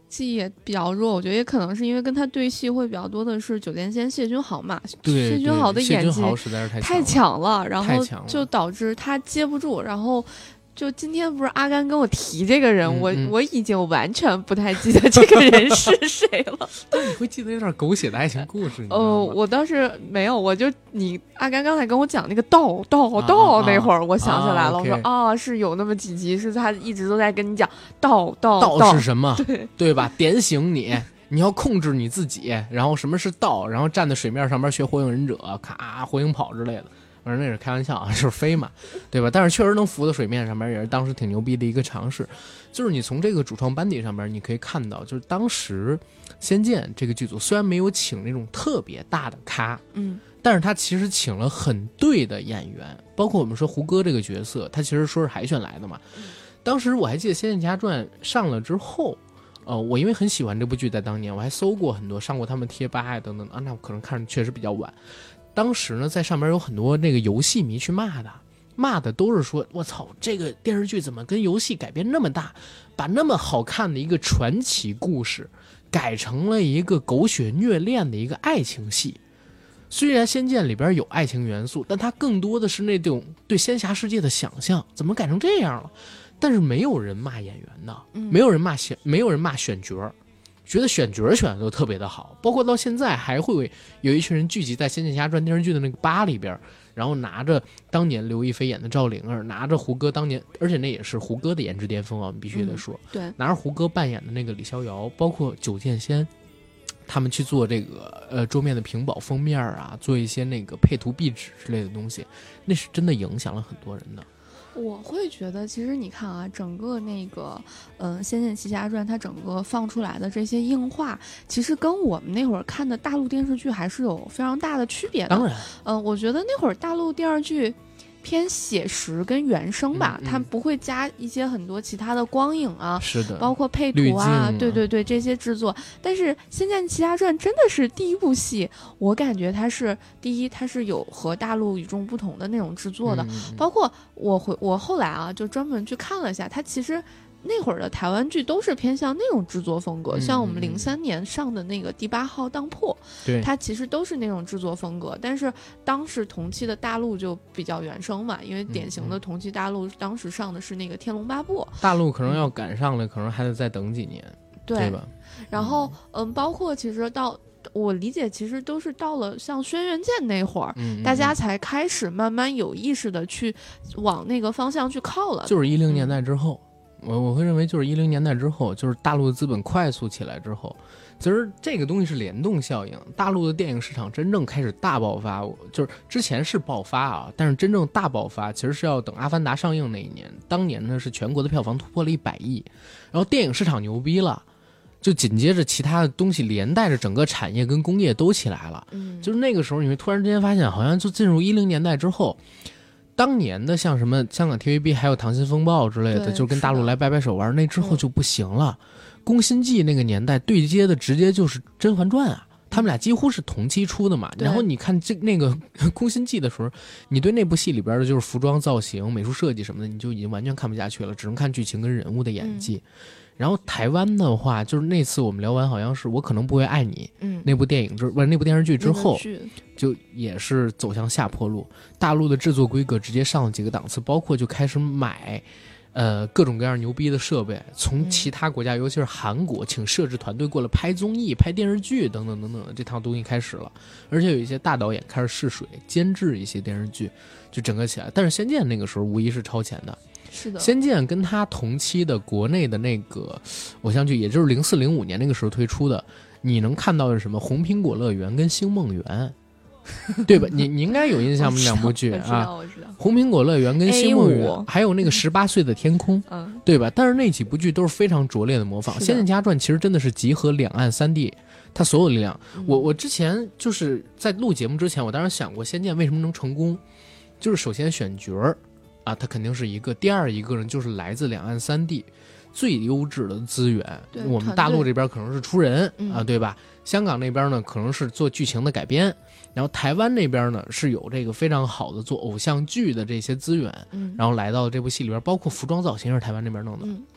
记忆也比较弱，我觉得也可能是因为跟他对戏会比较多的是九剑仙谢君豪嘛， 对， 谢君豪的演技实在是太强了，然后就导致他接不住，然后就今天不是阿甘跟我提这个人，我已经完全不太记得这个人是谁了。 你会记得有点狗血的爱情故事？ 我倒是没有，我就你阿甘刚才跟我讲那个道那会儿，我想起来了，我说是有那么几集是他一直都在跟你讲道是什么，对吧？点醒你要控制你自己，然后什么是道，然后站在水面上面学火影忍者，咔火影跑之类的。反正那是开玩笑啊，就是飞嘛，对吧？但是确实能浮到水面上面，也是当时挺牛逼的一个尝试。就是你从这个主创班底上面，你可以看到，就是当时《仙剑》这个剧组虽然没有请那种特别大的咖，但是他其实请了很对的演员，包括我们说胡歌这个角色，他其实说是海选来的嘛。当时我还记得《仙剑奇侠传》上了之后，我因为很喜欢这部剧，在当年我还搜过很多，上过他们贴吧呀等等啊，那我可能看着确实比较晚。当时呢，在上面有很多那个游戏迷去骂的都是说，我操，这个电视剧怎么跟游戏改编那么大，把那么好看的一个传奇故事改成了一个狗血虐恋的一个爱情戏。虽然《仙剑》里边有爱情元素，但它更多的是那种对仙侠世界的想象，怎么改成这样了？但是没有人骂演员的，没有人骂选角。觉得选角选的都特别的好，包括到现在还会有一群人聚集在《仙剑奇侠传》电视剧的那个吧里边，然后拿着当年刘亦菲演的赵灵儿，拿着胡歌当年，而且那也是胡歌的颜值巅峰啊，我们必须得说， 对， 拿着胡歌扮演的那个李逍遥，包括九剑仙，他们去做这个桌面的屏保封面啊，做一些那个配图壁纸之类的东西，那是真的影响了很多人的。 我会觉得，其实你看啊，整个那个《仙剑奇侠传》它整个放出来的这些硬化，其实跟我们那会儿看的大陆电视剧还是有非常大的区别的。 当然， 我觉得那会儿大陆电视剧偏写实跟原声吧，它不会加一些很多其他的光影啊， 是的， 包括配图啊，对这些制作。但是《仙剑奇侠传》真的是第一部戏，我感觉它是第一，它是有和大陆与众不同的那种制作的。包括我后来啊，就专门去看了一下，它其实那会儿的台湾剧都是偏向那种制作风格，像我们03年上的那个第8号当铺，它其实都是那种制作风格。但是当时同期的大陆就比较原生嘛，因为典型的同期大陆当时上的是那个《天龙八部》， 大陆可能要赶上了，可能还得再等几年，对吧？ 然后包括其实到我理解，其实都是到了像《轩辕剑》那会儿，大家才开始慢慢有意识的去往那个方向去靠了， 就是10年代之后。我会认为就是10年代之后，就是大陆的资本快速起来之后，其实这个东西是联动效应。大陆的电影市场真正开始大爆发，就是之前是爆发啊，但是真正大爆发其实是要等《阿凡达》上映那一年。当年呢是全国的票房突破了100亿，然后电影市场牛逼了，就紧接着其他的东西连带着整个产业跟工业都起来了。就是那个时候你会突然之间发现，好像就进入10年代之后。当年的像什么香港 TVB 还有溏心风暴之类的，就跟大陆来掰掰手腕，那之后就不行了。宫心计那个年代对接的直接就是甄嬛传啊，他们俩几乎是同期出的嘛。然后你看那个宫心计的时候，你对那部戏里边的就是服装造型、美术设计什么的，你就已经完全看不下去了，只能看剧情跟人物的演技。然后台湾的话，就是那次我们聊完，好像是我可能不会爱你，那部电影那部电视剧之后，就也是走向下坡路。大陆的制作规格直接上了几个档次，包括就开始买，各种各样牛逼的设备，从其他国家，尤其是韩国，请摄制团队过来拍综艺、拍电视剧等等等等，这套东西开始了。而且有一些大导演开始试水，监制一些电视剧，就整个起来。但是《仙剑》那个时候无疑是超前的。 是的， 仙剑跟他同期的国内的那个偶像剧，也就是04、05年那个时候推出的，你能看到的是什么？红苹果乐园跟星梦园，对吧？你应该有印象吗？两部剧啊， 我知道。 红苹果乐园跟星梦园，还有那个18岁的天空，对吧？但是那几部剧都是非常拙劣的模仿。《仙剑奇侠传》其实真的是集合两岸3地它所有力量。我之前就是在录节目之前，我当时想过仙剑为什么能成功，就是首先选角儿。啊，它肯定是一个。第二一个呢，就是来自两岸3地最优质的资源。我们大陆这边可能是出人啊，对吧？香港那边呢，可能是做剧情的改编，然后台湾那边呢是有这个非常好的做偶像剧的这些资源，然后来到这部戏里边，包括服装造型是台湾那边弄的。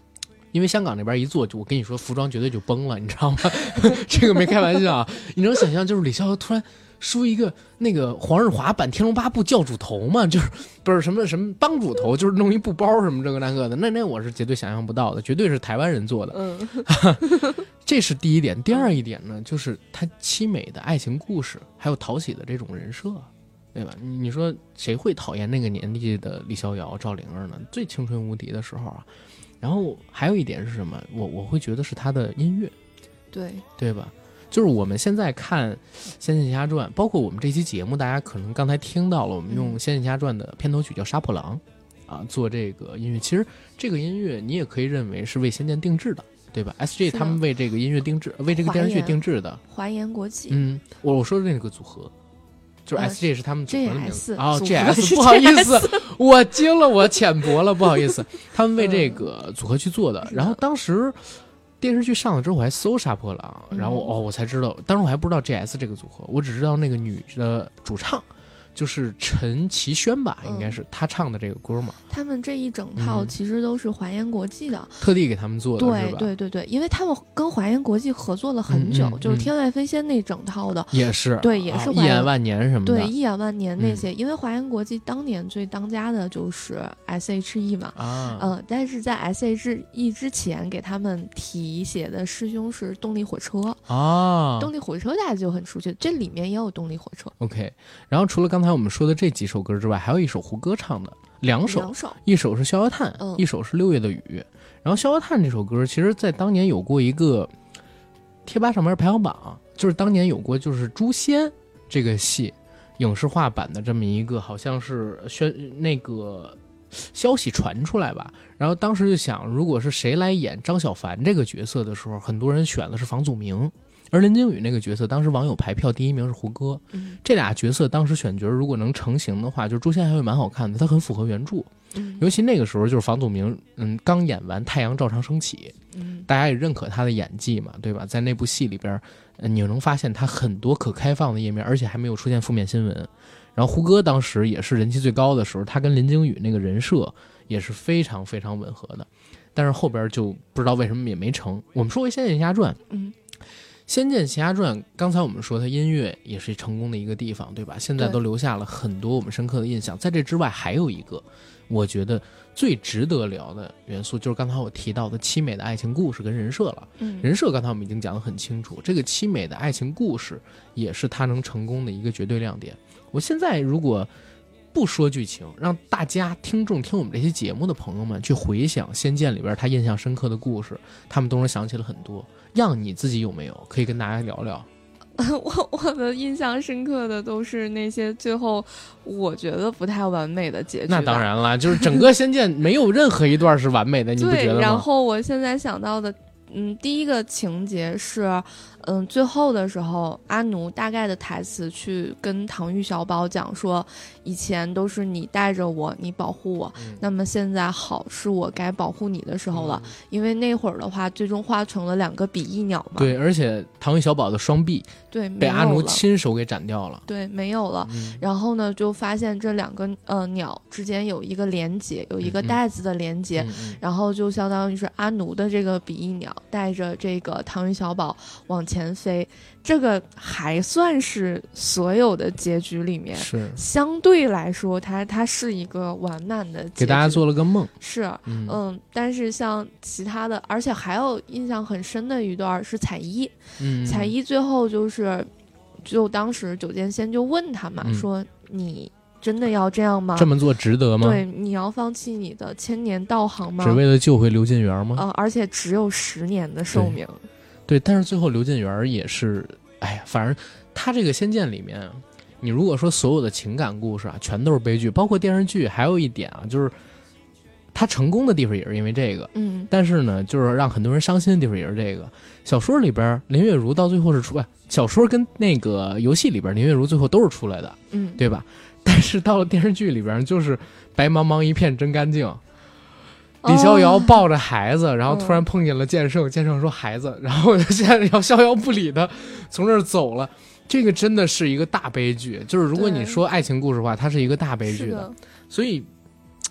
因为香港那边一做，就我跟你说，服装绝对就崩了，你知道吗？这个没开玩笑啊！你能想象，就是李逍遥突然梳一个那个黄日华版《天龙八部》教主头吗？就是不是什么帮主头，就是弄一布包什么这个那个的，那我是绝对想象不到的，绝对是台湾人做的。这是第一点。第二一点呢，就是他凄美的爱情故事，还有讨喜的这种人设。对吧？你说谁会讨厌那个年纪的李逍遥、赵灵儿呢？最青春无敌的时候啊！然后还有一点是什么？我会觉得是他的音乐，对吧？就是我们现在看《仙剑奇侠传》，包括我们这期节目，大家可能刚才听到了，我们用《仙剑奇侠传》的片头曲叫《杀破狼》啊做这个音乐。其实这个音乐你也可以认为是为仙剑定制的，对吧 ？SJ 他们为这个音乐定制，为这个电视剧定制的。 华研国际。 我说的那个组合。就是 SJ 是他们组合的名字 GS 不好意思，我惊了，我浅薄了，不好意思，他们为这个组合去做的。然后当时电视剧上了之后，我还搜杀破狼，然后我才知道，当时我还不知道 GS 这个组合，我只知道那个女的主唱就是陈绮萱吧，应该是她唱的这个歌嘛。 他们这一整套其实都是华研国际的， 特地给他们做的，是吧？ 对，因为他们跟华研国际合作了很久，就是天外飞仙那整套的也是， 对，也是一眼万年什么的， 对，一眼万年那些。因为华研国际当年最当家的就是 SHE 嘛，但是在 SHE 之前给他们提携的师兄是动力火车动力火车大家就很熟悉，这里面也有动力火车。 OK， 然后除了刚才我们说的这几首歌之外，还有一首胡歌唱的两首，一首是《逍遥叹》，一首是《6月的雨》。然后《逍遥叹》这首歌，其实在当年有过一个贴吧上面排行榜，就是当年有过就是《诛仙》这个戏影视化版的这么一个，好像是那个消息传出来吧。然后当时就想，如果是谁来演张小凡这个角色的时候，很多人选的是房祖名。而林惊羽那个角色，当时网友排票第一名是胡歌。这俩角色当时选角如果能成型的话，就是诛仙还会蛮好看的，它很符合原著。尤其那个时候就是房祖名，刚演完《太阳照常升起》，大家也认可他的演技嘛，对吧？在那部戏里边，你能发现他很多可开放的页面，而且还没有出现负面新闻。然后胡歌当时也是人气最高的时候，他跟林惊羽那个人设也是非常非常吻合的，但是后边就不知道为什么也没成。我们说回《仙剑奇侠传》，《仙剑奇侠传》刚才我们说它音乐也是成功的一个地方，对吧？现在都留下了很多我们深刻的印象。在这之外，还有一个我觉得最值得聊的元素，就是刚才我提到的凄美的爱情故事跟人设了。人设刚才我们已经讲得很清楚，这个凄美的爱情故事也是它能成功的一个绝对亮点。我现在如果不说剧情，让大家听众听我们这些节目的朋友们去回想《仙剑》里边他印象深刻的故事，他们都能想起了很多。让你自己有没有可以跟大家聊聊？ 我的印象深刻的都是那些最后我觉得不太完美的结局。 那当然了，就是整个《仙剑》没有任何一段是完美的，你不觉得吗？ 然后我现在想到的，第一个情节是，最后的时候，阿奴大概的台词去跟唐钰小宝讲说，以前都是你带着我，你保护我，那么现在好是我该保护你的时候了。因为那会儿的话，最终化成了2个比翼鸟嘛。 对，而且唐钰小宝的双臂被阿奴亲手给斩掉了。 对，没有了。然后呢，就发现这2个鸟之间有一个连接，有一个带子的连接，然后就相当于是阿奴的这个比翼鸟带着这个唐钰小宝往前飞。这个还算是所有的结局里面是相对来说它是一个完满的结局， 给大家做了个梦。 是但是像其他的，而且还有印象很深的一段是彩衣。彩衣最后就当时九剑仙就问他嘛，说你真的要这样吗？ 这么做值得吗？ 对，你要放弃你的千年道行吗？ 只为了救回刘进元吗？ 而且只有10年的寿命。 对，但是最后刘进元也是，哎呀，反正他这个仙剑里面，你如果说所有的情感故事啊，全都是悲剧，包括电视剧，还有一点啊，就是他成功的地方也是因为这个，但是呢，就是让很多人伤心的地方也是这个。小说里边林月如到最后是小说跟那个游戏里边林月如最后都是出来的，对吧？但是到了电视剧里边，就是白茫茫一片真干净。李逍遥抱着孩子，然后突然碰见了剑圣，剑圣说孩子，然后现在要逍遥不理的从这儿走了。这个真的是一个大悲剧，就是如果你说爱情故事的话，它是一个大悲剧的。所以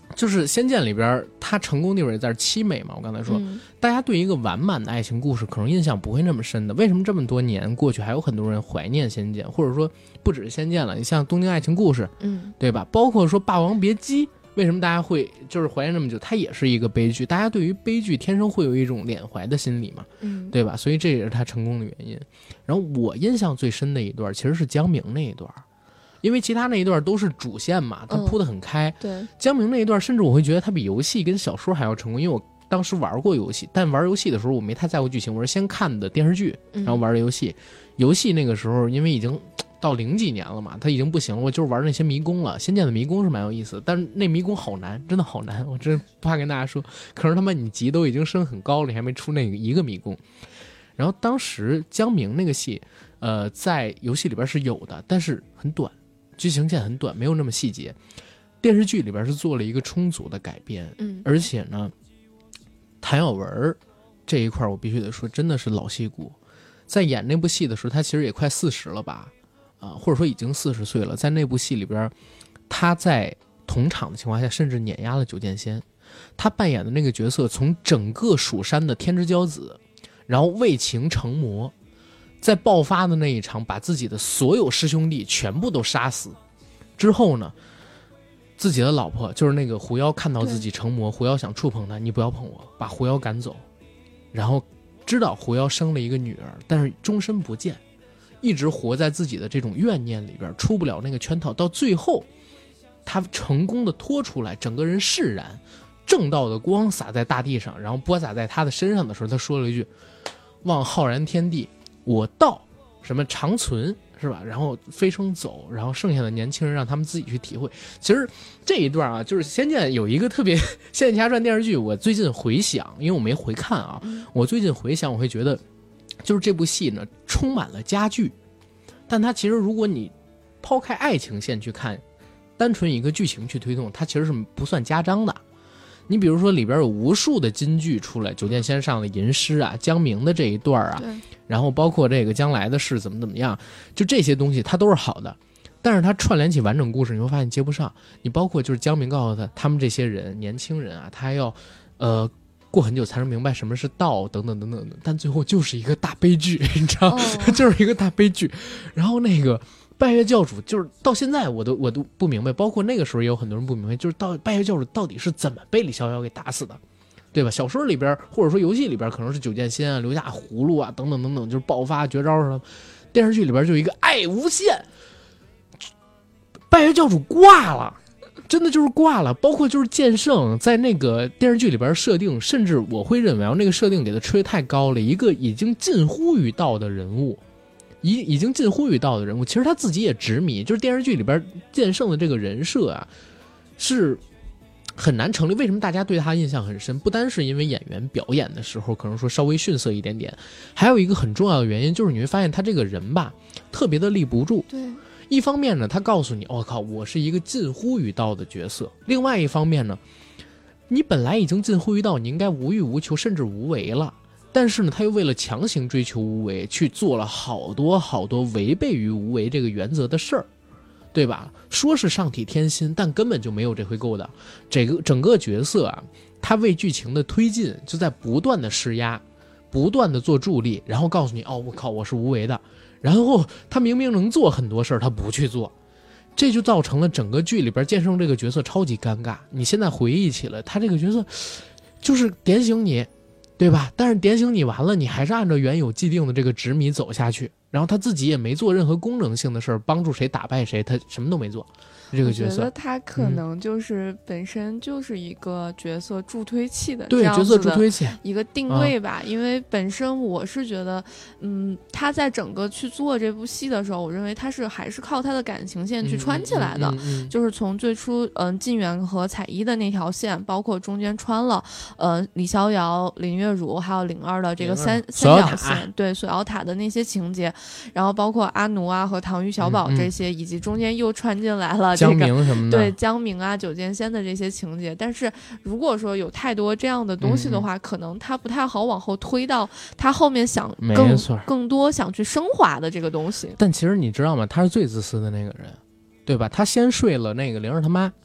就是《仙剑》里边它成功地位在凄美嘛，我刚才说，大家对一个完满的爱情故事可能印象不会那么深的。为什么这么多年过去还有很多人怀念《仙剑》，或者说不只是《仙剑》了，你像《东京爱情故事》，对吧？包括说《霸王别姬》，为什么大家会就是怀念这么久？它也是一个悲剧，大家对于悲剧天生会有一种缅怀的心理嘛，对吧？所以这也是它成功的原因。然后我印象最深的一段其实是江明那一段。因为其他那一段都是主线嘛，它铺得很开。 对， 江明那一段，甚至我会觉得它比游戏跟小说还要成功，因为我当时玩过游戏，但玩游戏的时候我没太在乎剧情，我是先看的电视剧，然后玩的游戏。游戏那个时候因为已经到00几年了嘛，它已经不行了，我就是玩那些迷宫了。仙剑的迷宫是蛮有意思的，但是那迷宫好难，真的好难，我真不怕跟大家说。可是他妈你级都已经升很高了，你还没出那个一个迷宫。然后当时江明那个戏，在游戏里边是有的，但是很短。剧情线很短，没有那么细节。电视剧里边是做了一个充足的改编，而且呢，谭耀文这一块我必须得说，真的是老戏骨。在演那部戏的时候，他其实也快40了吧，或者说已经40岁了。在那部戏里边，他在同场的情况下，甚至碾压了九剑仙。他扮演的那个角色，从整个蜀山的天之骄子，然后为情成魔。在爆发的那一场，把自己的所有师兄弟全部都杀死之后呢，自己的老婆就是那个狐妖看到自己成魔，狐妖想触碰他，你不要碰我，把狐妖赶走，然后知道狐妖生了一个女儿，但是终身不见，一直活在自己的这种怨念里边，出不了那个圈套。到最后他成功的脱出来，整个人释然，正道的光洒在大地上，然后播撒在他的身上的时候，他说了一句：望浩然天地，我道什么长存，是吧？然后飞升走，然后剩下的年轻人让他们自己去体会。其实这一段啊，就是《仙剑》有一个特别《仙剑奇侠传》电视剧，我最近回想，因为我没回看啊，我最近回想，我会觉得，就是这部戏呢充满了佳句，但它其实如果你抛开爱情线去看，单纯一个剧情去推动，它其实是不算家章的。你比如说里边有无数的金句出来，九剑仙上的吟诗啊，江明的这一段啊，然后包括这个将来的事怎么样，就这些东西它都是好的，但是它串联起完整故事，你会发现接不上。你包括就是江明告诉他们这些人年轻人啊，他还要过很久才能明白什么是道等等等等，但最后就是一个大悲剧，你知道，就是一个大悲剧。然后那个拜月教主就是到现在我都不明白，包括那个时候也有很多人不明白，就是到拜月教主到底是怎么被李逍遥给打死的，对吧？小说里边或者说游戏里边可能是九剑仙啊、留下葫芦啊等等等等，就是爆发绝招什么。电视剧里边就有一个爱无限，拜月教主挂了，真的就是挂了。包括就是剑圣在那个电视剧里边设定，甚至我会认为那个设定给他吹太高了，一个已经近乎于道的人物。已经近乎于道的人物，其实他自己也执迷，就是电视剧里边剑圣的这个人设啊，是很难成立。为什么大家对他印象很深？不单是因为演员表演的时候可能说稍微逊色一点点，还有一个很重要的原因就是你会发现他这个人吧，特别的立不住。 对， 一方面呢，他告诉你，我靠，我是一个近乎于道的角色；另外一方面呢，你本来已经近乎于道，你应该无欲无求，甚至无为了。但是呢，他又为了强行追求无为，去做了好多好多违背于无为这个原则的事儿，对吧？说是上体天心，但根本就没有这回勾当。整个角色啊，他为剧情的推进就在不断的施压，不断的做助力，然后告诉你，哦，我靠，我是无为的。然后他明明能做很多事儿，他不去做，这就造成了整个剧里边剑圣这个角色超级尴尬。你现在回忆起来，他这个角色就是点醒你。对吧？但是点醒你完了，你还是按照原有既定的这个执迷走下去，然后他自己也没做任何功能性的事儿，帮助谁打败谁，他什么都没做。这个角色， 我觉得他可能就是本身就是一个角色助推器的， 对，角色助推器一个定位吧。因为本身我是觉得，他在整个去做这部戏的时候，我认为他是还是靠他的感情线去穿起来的，就是从最初晋元和彩衣的那条线，包括中间穿了李逍遥、林月如还有灵儿的这个三角线，对，锁妖塔的那些情节，然后包括阿奴啊和唐钰小宝这些，以及中间又穿进来了江明什么的， 对，江明啊、九剑仙的这些情节。但是如果说有太多这样的东西的话，可能他不太好往后推到他后面想更多想去升华的这个东西。 但其实你知道吗？他是最自私的那个人，对吧？他先睡了那个灵儿他妈，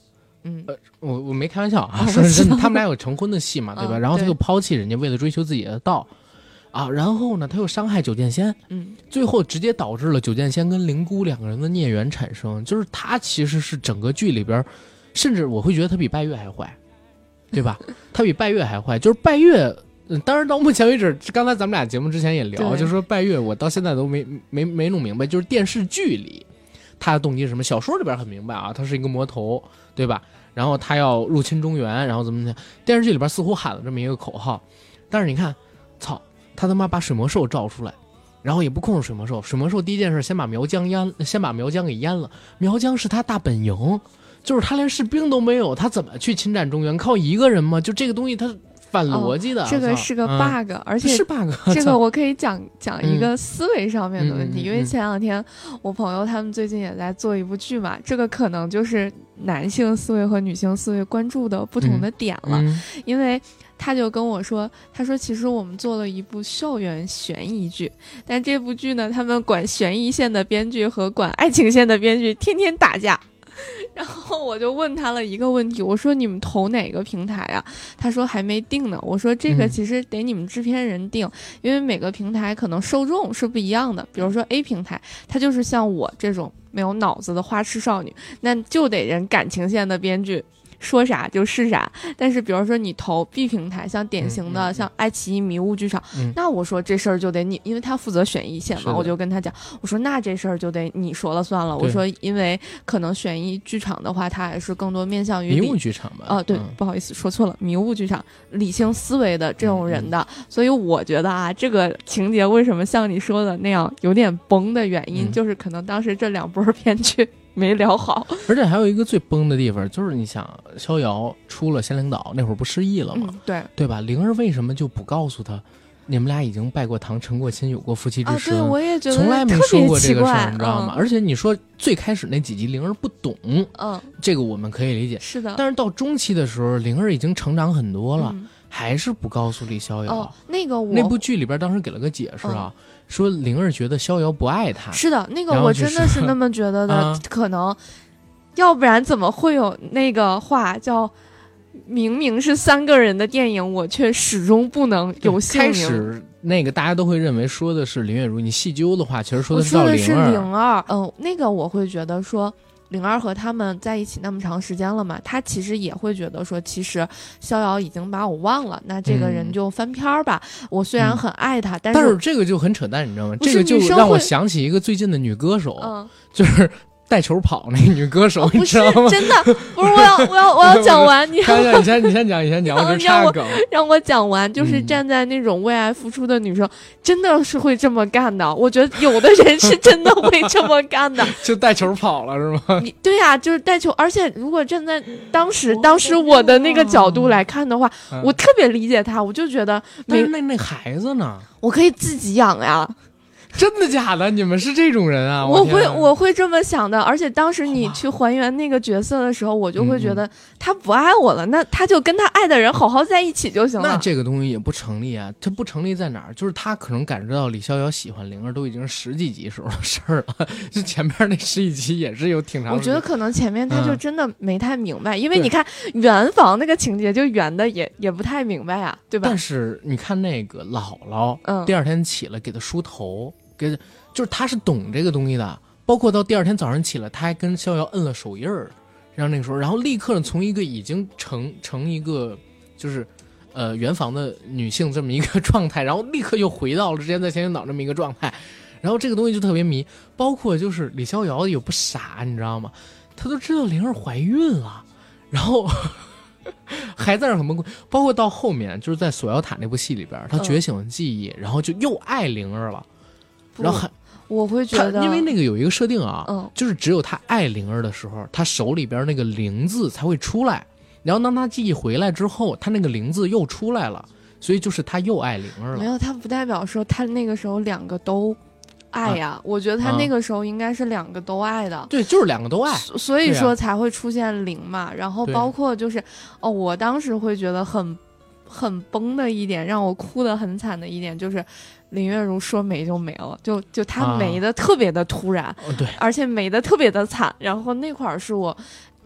我没开玩笑啊，说真的，他们俩有成婚的戏嘛，对吧？然后他又抛弃人家，为了追求自己的道啊，然后呢，他又伤害九剑仙，最后直接导致了九剑仙跟灵姑两个人的孽缘产生。就是他其实是整个剧里边，甚至我会觉得他比拜月还坏，对吧？他比拜月还坏，就是拜月。当然到目前为止，刚才咱们俩节目之前也聊，就是说拜月我到现在都没弄明白，就是电视剧里他的动机是什么？小说里边很明白啊，他是一个魔头，对吧？然后他要入侵中原，然后怎么讲？电视剧里边似乎喊了这么一个口号，但是你看，操，他他妈把水魔兽召出来，然后也不控制水魔兽，水魔兽第一件事先把苗疆给淹了，苗疆是他大本营，就是他连士兵都没有，他怎么去侵占中原？靠一个人吗？就这个东西他。反逻辑的， 这个是个 bug，而且是 bug。 这个我可以讲一个思维上面的问题，因为前两天我朋友他们最近也在做一部剧嘛，这个可能就是男性思维和女性思维关注的不同的点了。因为他就跟我说，他说其实我们做了一部校园悬疑剧，但这部剧呢，他们管悬疑线的编剧和管爱情线的编剧天天打架。然后我就问他了一个问题，我说你们投哪个平台啊？他说还没定呢。我说这个其实得你们制片人定，因为每个平台可能受众是不一样的。比如说 A 平台，它就是像我这种没有脑子的花痴少女，那就得人感情线的编剧说啥就是啥。但是比如说你投 B 平台，像典型的像爱奇艺迷雾剧场，那我说这事儿就得你，因为他负责悬疑线嘛，我就跟他讲，我说那这事儿就得你说了算了。我说因为可能悬疑剧场的话，它还是更多面向于迷雾剧场吧。 对，不好意思说错了，迷雾剧场理性思维的这种人的，所以我觉得啊，这个情节为什么像你说的那样有点崩的原因，就是可能当时这两波编剧没聊好。 而且还有一个最崩的地方，就是你想逍遥出了仙灵岛那会儿不失忆了吗？对吧？灵儿为什么就不告诉他，你们俩已经拜过堂、成过亲、有过夫妻之实？ 对，我也觉得从来没说过这个事儿，你知道吗？而且你说最开始那几集灵儿不懂，这个我们可以理解， 是的。 但是到中期的时候，灵儿已经成长很多了，还是不告诉李逍遥。那部剧里边当时给了个解释啊。说灵儿觉得逍遥不爱他， 是的，那个我真的是那么觉得的，可能，要不然怎么会有那个话叫明明是3个人的电影，我却始终不能有姓名。 开始那个大家都会认为说的是林月如，你细究的话，其实说的是灵儿。那个我会觉得说。灵儿和他们在一起那么长时间了嘛，他其实也会觉得说，其实逍遥已经把我忘了，那这个人就翻篇吧。我虽然很爱他，但是这个就很扯淡，你知道吗？这个就让我想起一个最近的女歌手，就是带球跑那个女歌手，你知道吗？ 真的不是，我要讲完，你先讲，我这插个梗， 让我讲完。就是站在那种为爱付出的女生，真的是会这么干的。我觉得有的人是真的会这么干的， 就带球跑了是吗？ 对呀，就是带球。而且如果站在当时我的那个角度来看的话，我特别理解他，我就觉得， 但是那孩子呢？ 我可以自己养呀。 真的假的？你们是这种人啊？ 我会这么想的。而且当时你去还原那个角色的时候，我就会觉得他不爱我了，那他就跟他爱的人好好在一起就行了。 那这个东西也不成立啊！它不成立在哪儿？就是他可能感知到李逍遥喜欢灵儿都已经是10几集时候的事儿了，就前面那10几集也是有挺长时间。 我觉得可能前面他就真的没太明白，因为你看圆房那个情节就圆的也不太明白啊，对吧？ 但是你看那个姥姥，第二天起来给他梳头。就是他是懂这个东西的，包括到第二天早上起来，他还跟逍遥摁了手印儿，然后那个时候，然后立刻从一个已经成一个就是圆房的女性这么一个状态，然后立刻又回到了之前在仙灵岛这么一个状态，然后这个东西就特别迷。包括就是李逍遥也不傻，你知道吗？他都知道灵儿怀孕了，然后还在那很崩溃。包括到后面就是在锁妖塔那部戏里边，他觉醒了记忆，然后就又爱灵儿了。然后我会觉得， 因为那个有一个设定啊，就是只有他爱灵儿的时候，他手里边那个灵字才会出来，然后当他记忆回来之后，他那个灵字又出来了，所以就是他又爱灵儿了。 没有，他不代表说他那个时候2个都爱呀，我觉得他那个时候应该是2个都爱的。 对，就是2个都爱， 所以说才会出现灵嘛。然后包括就是我当时会觉得很崩的一点，让我哭得很惨的一点就是林月如说没就没了，就她没的特别的突然， 对， 而且没的特别的惨。然后那块儿是我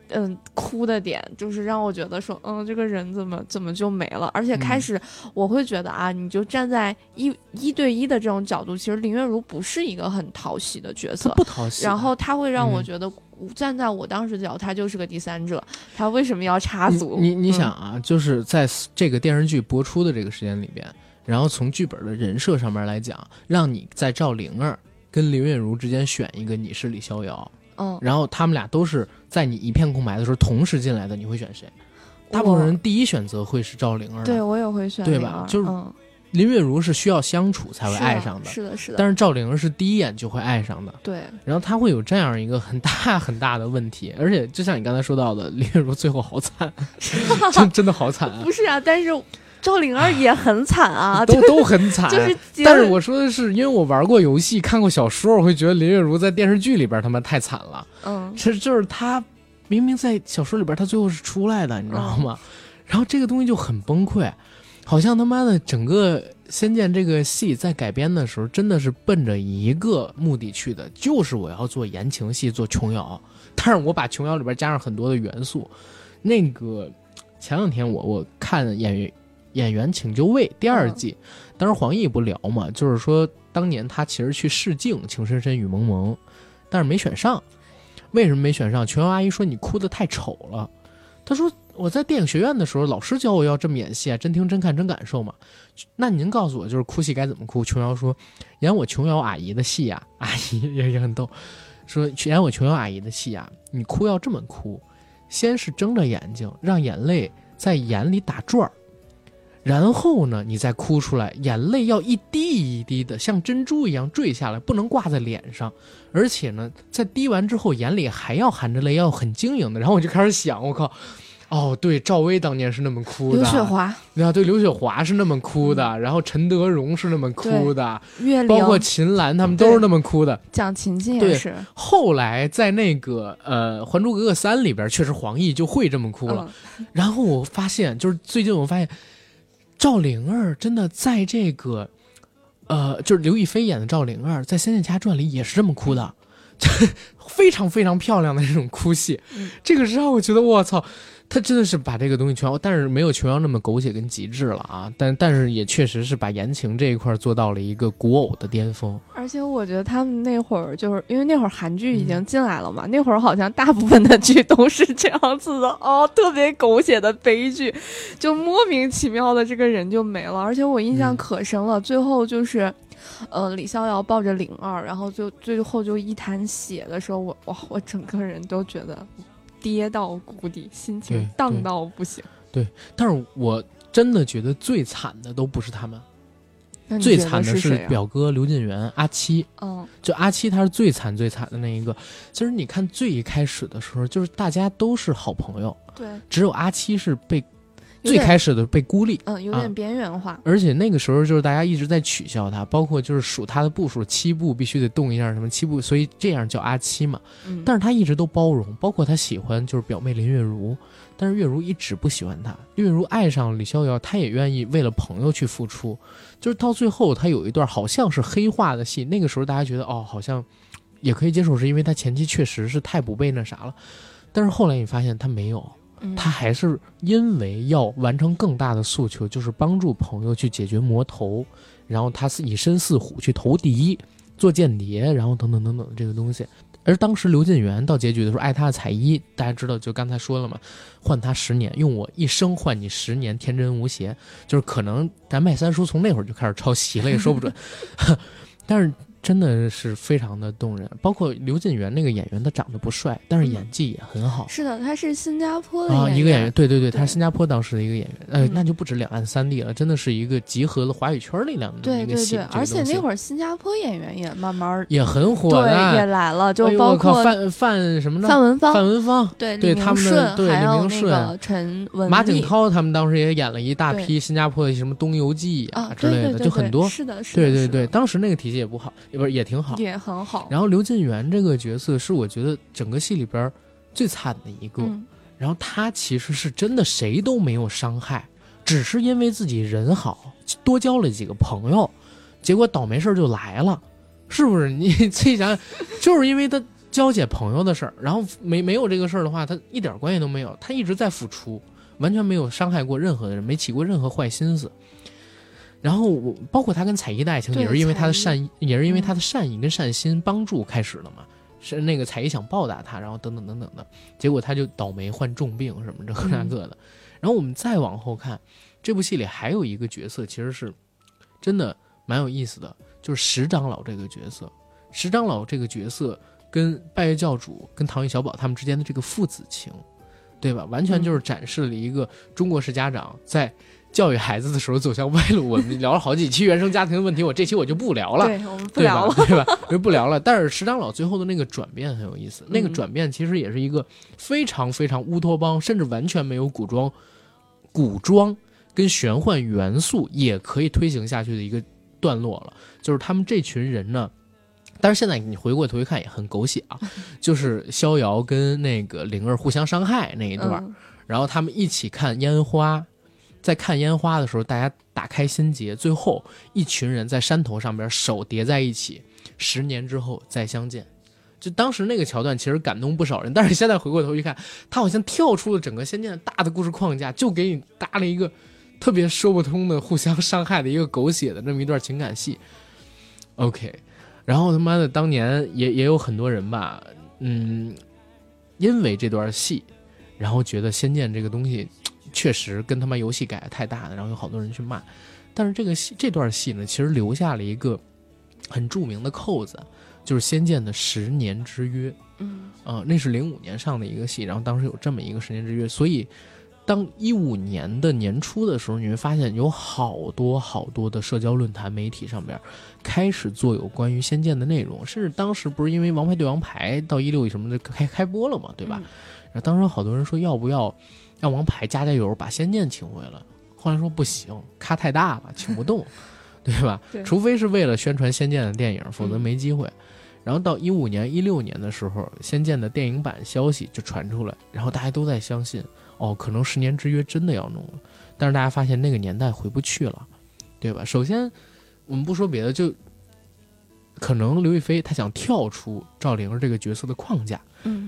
哭的点，就是让我觉得说这个人怎么就没了。而且开始我会觉得啊，你就站在一对一的这种角度，其实林月如不是一个很讨喜的角色， 不讨喜， 然后他会让我觉得站在我当时的角度，他就是个第三者，他为什么要插足？ 你想啊，就是在这个电视剧播出的这个时间里边，然后从剧本的人设上面来讲，让你在赵灵儿跟林月如之间选一个，你是李逍遥，然后他们俩都是在你一片空白的时候同时进来的，你会选谁？大部分人第一选择会是赵灵儿， 对，我也会选， 对吧？就是林月如是需要相处才会爱上的， 是的，是的。 但是赵灵儿是第一眼就会爱上的， 对。 然后他会有这样一个很大很大的问题，而且就像你刚才说到的，林月如最后好惨，真的好惨啊！ 不是啊，但是赵灵儿也很惨啊， 都很惨。 就是， 但是我说的是，因为我玩过游戏、看过小说，我会觉得林月如在电视剧里边他妈太惨了。就是他明明在小说里边，他最后是出来的，你知道吗？然后这个东西就很崩溃。好像他妈的整个《仙剑》这个戏在改编的时候，真的是奔着一个目的去的，就是我要做言情戏，做琼瑶。但是我把琼瑶里边加上很多的元素。那个前两天我看演员请就位第2季，当时黄奕不聊嘛，就是说当年他其实去试镜情深深雨蒙蒙，但是没选上。为什么没选上？琼瑶阿姨说你哭得太丑了。他说我在电影学院的时候，老师教我要这么演戏啊，真听真看真感受嘛。那您告诉我，就是哭戏该怎么哭？琼瑶说，演我琼瑶阿姨的戏啊，阿姨也很逗，说演我琼瑶阿姨的戏啊，你哭要这么哭，先是睁着眼睛，让眼泪在眼里打转儿，然后呢，你再哭出来，眼泪要一滴一滴的像珍珠一样坠下来，不能挂在脸上，而且呢，在滴完之后，眼里还要含着泪，要很晶莹的。然后我就开始想，我靠，哦，对，赵薇当年是那么哭的， 刘雪华， 对，刘雪华是那么哭的，然后陈德容是那么哭的， 岳包括秦岚他们都是那么哭的， 蒋勤勤也是。 后来在那个《还珠格格3》里边，确实黄奕就会这么哭了。然后我发现，就是最近我发现。赵灵儿真的在这个，就是刘亦菲演的赵灵儿，在《仙剑奇侠传》里也是这么哭的，非常非常漂亮的这种哭戏。这个是让我觉得我操，他真的是把这个东西琼瑶，但是没有琼瑶那么狗血跟极致了啊。但是也确实是把言情这一块做到了一个古偶的巅峰。 而且我觉得他们那会儿就是因为那会儿韩剧已经进来了嘛，那会儿好像大部分的剧都是这样子的特别狗血的悲剧，就莫名其妙的这个人就没了。而且我印象可深了，最后就是李逍遥抱着灵儿，然后就最后就一滩血的时候，我整个人都觉得跌到谷底，心情荡到不行。对， 但是我真的觉得最惨的都不是他们，最惨的是表哥刘晋元阿七。就阿七他是最惨最惨的那一个。其实你看最一开始的时候，就是大家都是好朋友， 对， 只有阿七是被最开始的被孤立， 有点边缘化。 而且那个时候就是大家一直在取笑他，包括就是数他的步数，7步必须得动一下什么7步，所以这样叫阿七嘛。但是他一直都包容，包括他喜欢就是表妹林月如，但是月如一直不喜欢他。月如爱上李逍遥，他也愿意为了朋友去付出。就是到最后他有一段好像是黑化的戏，那个时候大家觉得好像也可以接受，是因为他前期确实是太不被那啥了。但是后来你发现他没有，他还是因为要完成更大的诉求，就是帮助朋友去解决魔头，然后他以身饲虎去投敌做间谍，然后等等等等这个东西。而当时刘晋元到结局的时候爱他的彩衣，大家知道就刚才说了嘛，换他10年，用我一生换你10年，天真无邪。就是可能咱麦三叔从那会儿就开始抄袭了也说不准但是真的是非常的动人。包括刘晋元那个演员，他长得不帅，但是演技也很好。 是的，他是新加坡的演员， 一个演员，对，他是新加坡当时的一个演员。那就不止两岸三地了，真的是一个集合了华语圈力量的一个戏。 对，而且那会儿新加坡演员也慢慢也很火的， 对，也来了，就包括范什么呢？ 范文芳， 对他们的对还有那个陈文马景涛他们当时也演了一大批新加坡的什么《东游记》之类的，就很多。 是的， 对，当时那个体系也不好，也挺好。 也很好。 然后刘晋元这个角色是我觉得整个戏里边最惨的一个。然后他其实是真的谁都没有伤害，只是因为自己人好，多交了几个朋友，结果倒霉事就来了，是不是？你自己想想，就是因为他交姐朋友的事儿，然后没有这个事儿的话，他一点关系都没有，他一直在付出，完全没有伤害过任何的人，没起过任何坏心思。然后包括他跟彩衣的爱情，也是因为他的善意，也是因为他的善意跟善心帮助开始了嘛。是那个彩衣想报答他，然后等等等等的，结果他就倒霉患重病什么这个那个的。然后我们再往后看，这部戏里还有一个角色，其实是真的蛮有意思的，就是石长老这个角色。石长老这个角色跟拜月教主跟唐钰小宝他们之间的这个父子情，对吧？完全就是展示了一个中国式家长在教育孩子的时候走向歪路。我们聊了好几期原生家庭的问题，这期我就不聊了， 对，我们不聊了， 对吧？就不聊了。但是石长老最后的那个转变很有意思，那个转变其实也是一个非常非常乌托邦，甚至完全没有古装跟玄幻元素也可以推行下去的一个段落了。就是他们这群人呢，但是现在你回过头一看也很狗血啊，就是逍遥跟那个灵儿互相伤害那一段，然后他们一起看烟花。在看烟花的时候，大家打开心结，最后一群人在山头上边手叠在一起，10年之后再相见。就当时那个桥段其实感动不少人，但是现在回过头一看，他好像跳出了整个仙剑的大的故事框架，就给你搭了一个特别说不通的互相伤害的一个狗血的这么一段情感戏。OK， 然后他妈的当年也有很多人吧，因为这段戏，然后觉得仙剑这个东西确实跟他妈游戏改得太大了，然后有好多人去骂。但是这段戏呢，其实留下了一个很著名的扣子，就是仙剑的10年之约。那是05年上的一个戏，然后当时有这么一个10年之约，所以当15年的年初的时候，你会发现有好多好多的社交论坛媒体上边开始做有关于仙剑的内容，甚至当时不是因为王牌对王牌到16什么的开播了嘛，对吧？然后当时有好多人说要不要让王牌加油把仙剑请回来，后来说不行，咖太大了，请不动，对吧？ 对， 除非是为了宣传仙剑的电影，否则没机会。然后到15年、16年的时候，仙剑的电影版消息就传出来，然后大家都在相信，可能10年之约真的要弄了。但是大家发现那个年代回不去了，对吧？首先，我们不说别的，就可能刘亦菲她想跳出赵灵儿这个角色的框架。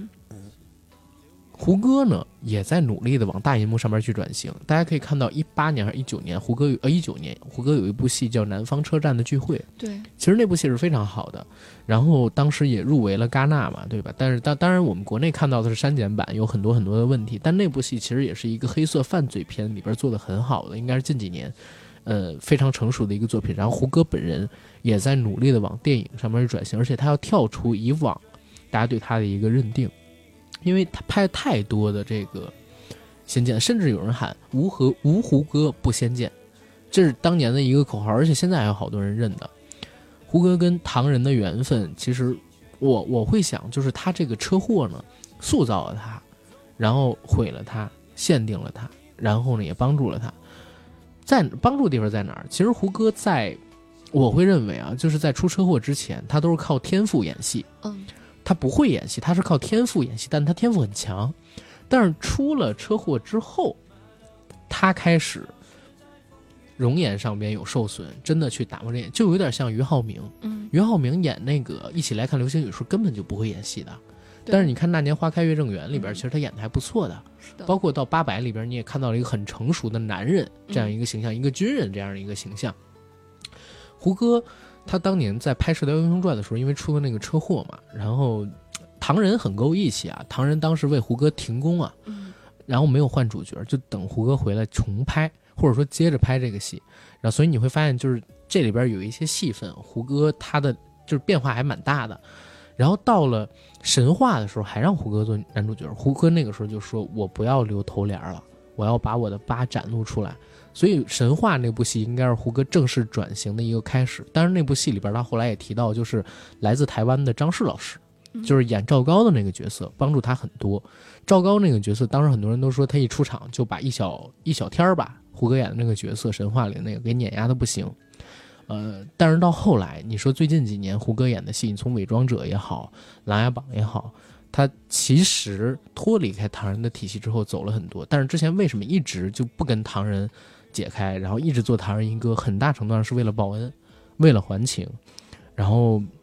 胡歌呢也在努力的往大银幕上面去转型。大家可以看到18年还是19年，19年胡歌有一部戏叫《南方车站的聚会》， 对， 其实那部戏是非常好的，然后当时也入围了戛纳嘛，对吧？但是当然我们国内看到的是删减版，有很多很多的问题，但那部戏其实也是一个黑色犯罪片里边做的很好的，应该是近几年非常成熟的一个作品。然后胡歌本人也在努力的往电影上面转型，而且他要跳出以往大家对他的一个认定，因为他拍了太多的这个仙剑，甚至有人喊无胡歌不仙剑，这是当年的一个口号，而且现在还有好多人认的。胡歌跟唐人的缘分，其实我会想，就是他这个车祸呢塑造了他，然后毁了他，限定了他，然后呢也帮助了他。在帮助的地方在哪儿？其实胡歌我会认为啊，就是在出车祸之前，他都是靠天赋演戏。他不会演戏，他是靠天赋演戏，但他天赋很强。但是出了车祸之后，他开始容颜上边有受损，真的去打磨这眼，就有点像俞灏明。俞灏明演那个《一起来看流星雨》时候根本就不会演戏的，但是你看《那年花开月正圆》里边，其实他演的还不错的。包括到800里边，你也看到了一个很成熟的男人这样一个形象，一个军人这样的一个形象。胡歌他当年在拍《射雕英雄传》的时候，因为出了那个车祸嘛，然后唐人很够义气啊，唐人当时为胡歌停工啊，然后没有换主角，就等胡歌回来重拍，或者说接着拍这个戏。然后所以你会发现，就是这里边有一些戏份，胡歌他的就是变化还蛮大的。然后到了神话的时候，还让胡歌做男主角，胡歌那个时候就说：“我不要留头帘了，我要把我的疤展露出来。”所以神话那部戏应该是胡歌正式转型的一个开始。当然那部戏里边他后来也提到，就是来自台湾的张氏老师，就是演赵高的那个角色，帮助他很多。赵高那个角色当时很多人都说他一出场就把一小天吧，胡歌演的那个角色神话里那个给碾压的不行。但是到后来你说最近几年胡歌演的戏，你从伪装者也好，琅琊榜也好，他其实脱离开唐人的体系之后走了很多。但是之前为什么一直就不跟唐人解开，然后一直做唐人一哥，很大程度上是为了报恩，为了还情。然后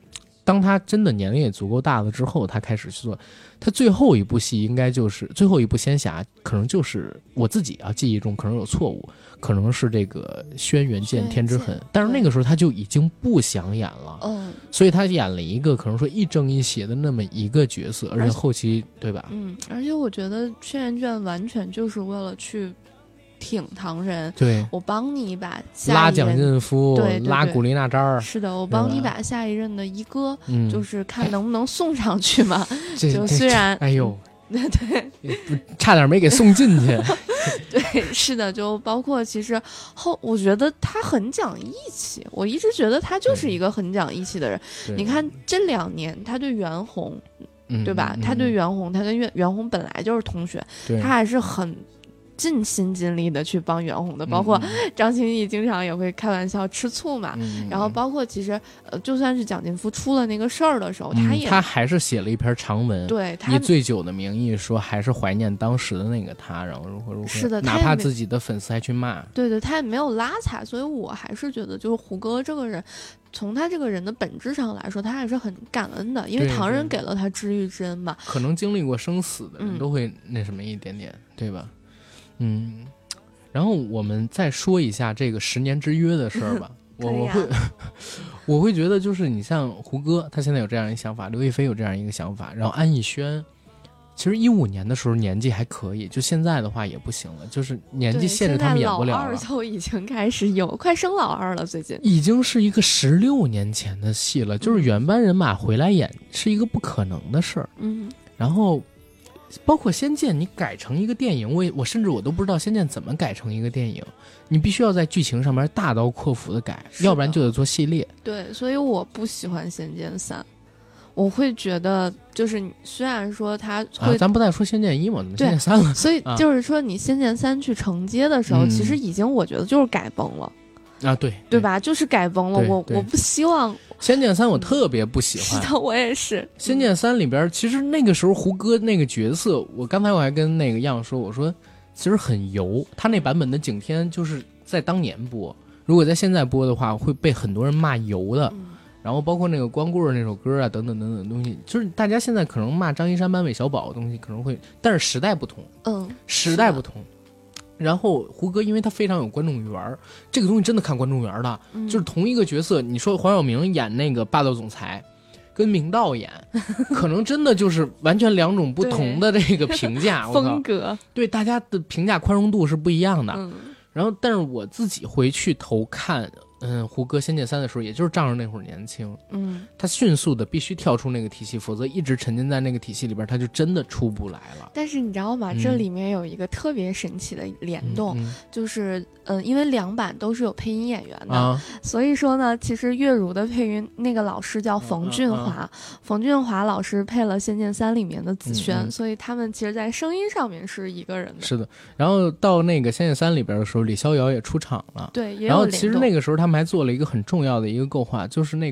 当他真的年龄也足够大了之后，他开始去做。他最后一部戏应该就是最后一部仙侠，可能就是我自己记忆中可能有错误，可能是这个轩辕剑天之痕，但是那个时候他就已经不想演了，所以他演了一个可能说亦正亦邪的那么一个角色，而且后期对吧？ 而且我觉得轩辕剑完全就是为了去挺唐人， 对， 我帮你把拉蒋劲夫， 对， 拉古力娜扎儿， 是的，我帮你把下一任的一哥，就是看能不能送上去嘛。就虽然， 哎呦， 对， 差点没给送进去。 对，是的，就包括其实我觉得他很讲义气，我一直觉得他就是一个很讲义气的人。你看这2年，他对袁弘，对吧？他对袁弘，他跟袁弘本来就是同学，他还是很尽心尽力的去帮袁弘的，包括张歆艺经常也会开玩笑吃醋嘛，然后包括其实就算是蒋劲夫出了那个事儿的时候，他还是写了一篇长文， 对， 以醉酒的名义说还是怀念当时的那个他，然后如何是的， 哪怕自己的粉丝还去骂， 对，他也没有拉踩，所以我还是觉得就是胡歌这个人，从他这个人的本质上来说，他还是很感恩的，因为唐人给了他知遇之恩嘛。 可能经历过生死的人都会那什么一点点，对吧？然后我们再说一下这个10年之约的事儿吧。我会觉得，就是你像胡歌，他现在有这样一个想法，刘亦菲有这样一个想法，然后安以轩，其实15年的时候年纪还可以，就现在的话也不行了，就是年纪限制他们演不了了。 老二就已经开始快升老二了，最近已经是一个16年前的戏了，就是原班人马回来演是一个不可能的事儿。然后。包括《仙剑》，你改成一个电影，我甚至我都不知道《仙剑》怎么改成一个电影。你必须要在剧情上面大刀阔斧的改，要不然就得做系列。 对，所以我不喜欢《仙剑3》，我会觉得就是虽然说它会， 咱不再说《仙剑1》嘛，怎么《仙剑3》了？ 所以就是说你《仙剑3》去承接的时候，其实已经我觉得就是改崩了。对吧？就是改崩了。我不希望《 仙剑3》我特别不喜欢。 是的，我也是。《 仙剑3》里边，其实那个时候胡歌那个角色，刚才我还跟那个样说，我说其实很油。他那版本的景天就是在当年播，如果在现在播的话，会被很多人骂油的。然后包括那个光棍那首歌啊，等等等等的东西，就是大家现在可能骂张一山班韦小宝的东西可能会，但是时代不同，时代不同。然后胡歌因为他非常有观众缘，这个东西真的看观众缘的，就是同一个角色，你说黄晓明演那个霸道总裁，跟明道演，可能真的就是完全两种不同的这个评价风格， 对大家的评价宽容度是不一样的。然后，但是我自己回去头看。胡歌《仙剑3》的时候，也就是仗着那会儿年轻，他迅速的必须跳出那个体系，否则一直沉浸在那个体系里边，他就真的出不来了。 但是你知道吗？这里面有一个特别神奇的联动，就是因为2版都是有配音演员的，所以说呢，其实月如的配音那个老师叫冯俊华，冯俊华老师配了《仙剑3》里面的紫萱，所以他们其实在声音上面是一个人的。 是的，然后到那个《仙剑3》里边的时候，李逍遥也出场了， 对，也有联动。 然后其实那个时候他们还做了一个很重要的一个构画，就是那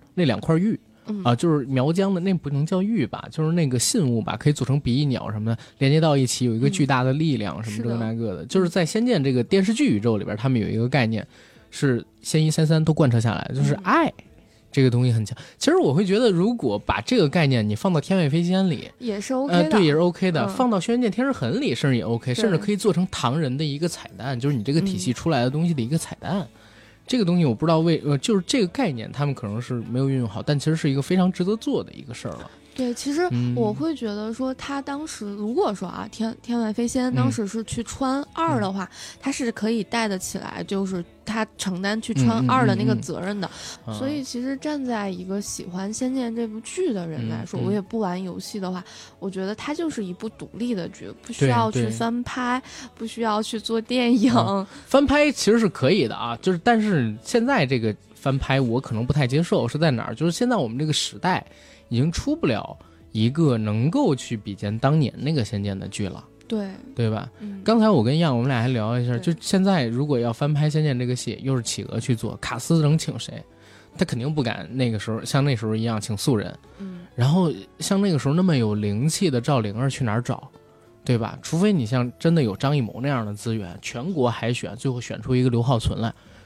2块玉，就是苗疆的那不能叫玉吧，就是那个信物吧，可以组成比翼鸟什么的，连接到一起有一个巨大的力量，什么这个那个的。就是在《仙剑》这个电视剧宇宙里边，他们有一个概念是仙1、仙3都贯彻下来，就是爱。这个东西很强，其实我会觉得，如果把这个概念你放到《天外飞仙》里， 也是 OK 的， 对，也是 OK 的。放到《轩辕剑天之痕》里，甚至也 OK， 甚至可以做成唐人的一个彩蛋，就是你这个体系出来的东西的一个彩蛋。这个东西我不知道就是这个概念，他们可能是没有运用好，但其实是一个非常值得做的一个事儿了。 对，其实我会觉得说，他当时如果说啊，天外飞仙当时是去穿2的话，他是可以带得起来，就是他承担去穿2的那个责任的。所以其实站在一个喜欢《仙剑》这部剧的人来说，我也不玩游戏的话，我觉得它就是一部独立的剧，不需要去翻拍，不需要去做电影。 翻拍其实是可以的啊，就是但是现在这个翻拍我可能不太接受，是在哪儿？就是现在我们这个时代。已经出不了一个能够去比肩当年那个《仙剑》的剧了，对吧？刚才我跟样我们俩还聊一下，就现在如果要翻拍《仙剑》这个戏，又是企鹅去做，卡斯能请谁？他肯定不敢那个时候像那时候一样请素人，然后像那个时候那么有灵气的赵灵儿去哪儿找？对吧？除非你像真的有张艺谋那样的资源，全国海选，最后选出一个刘浩存来。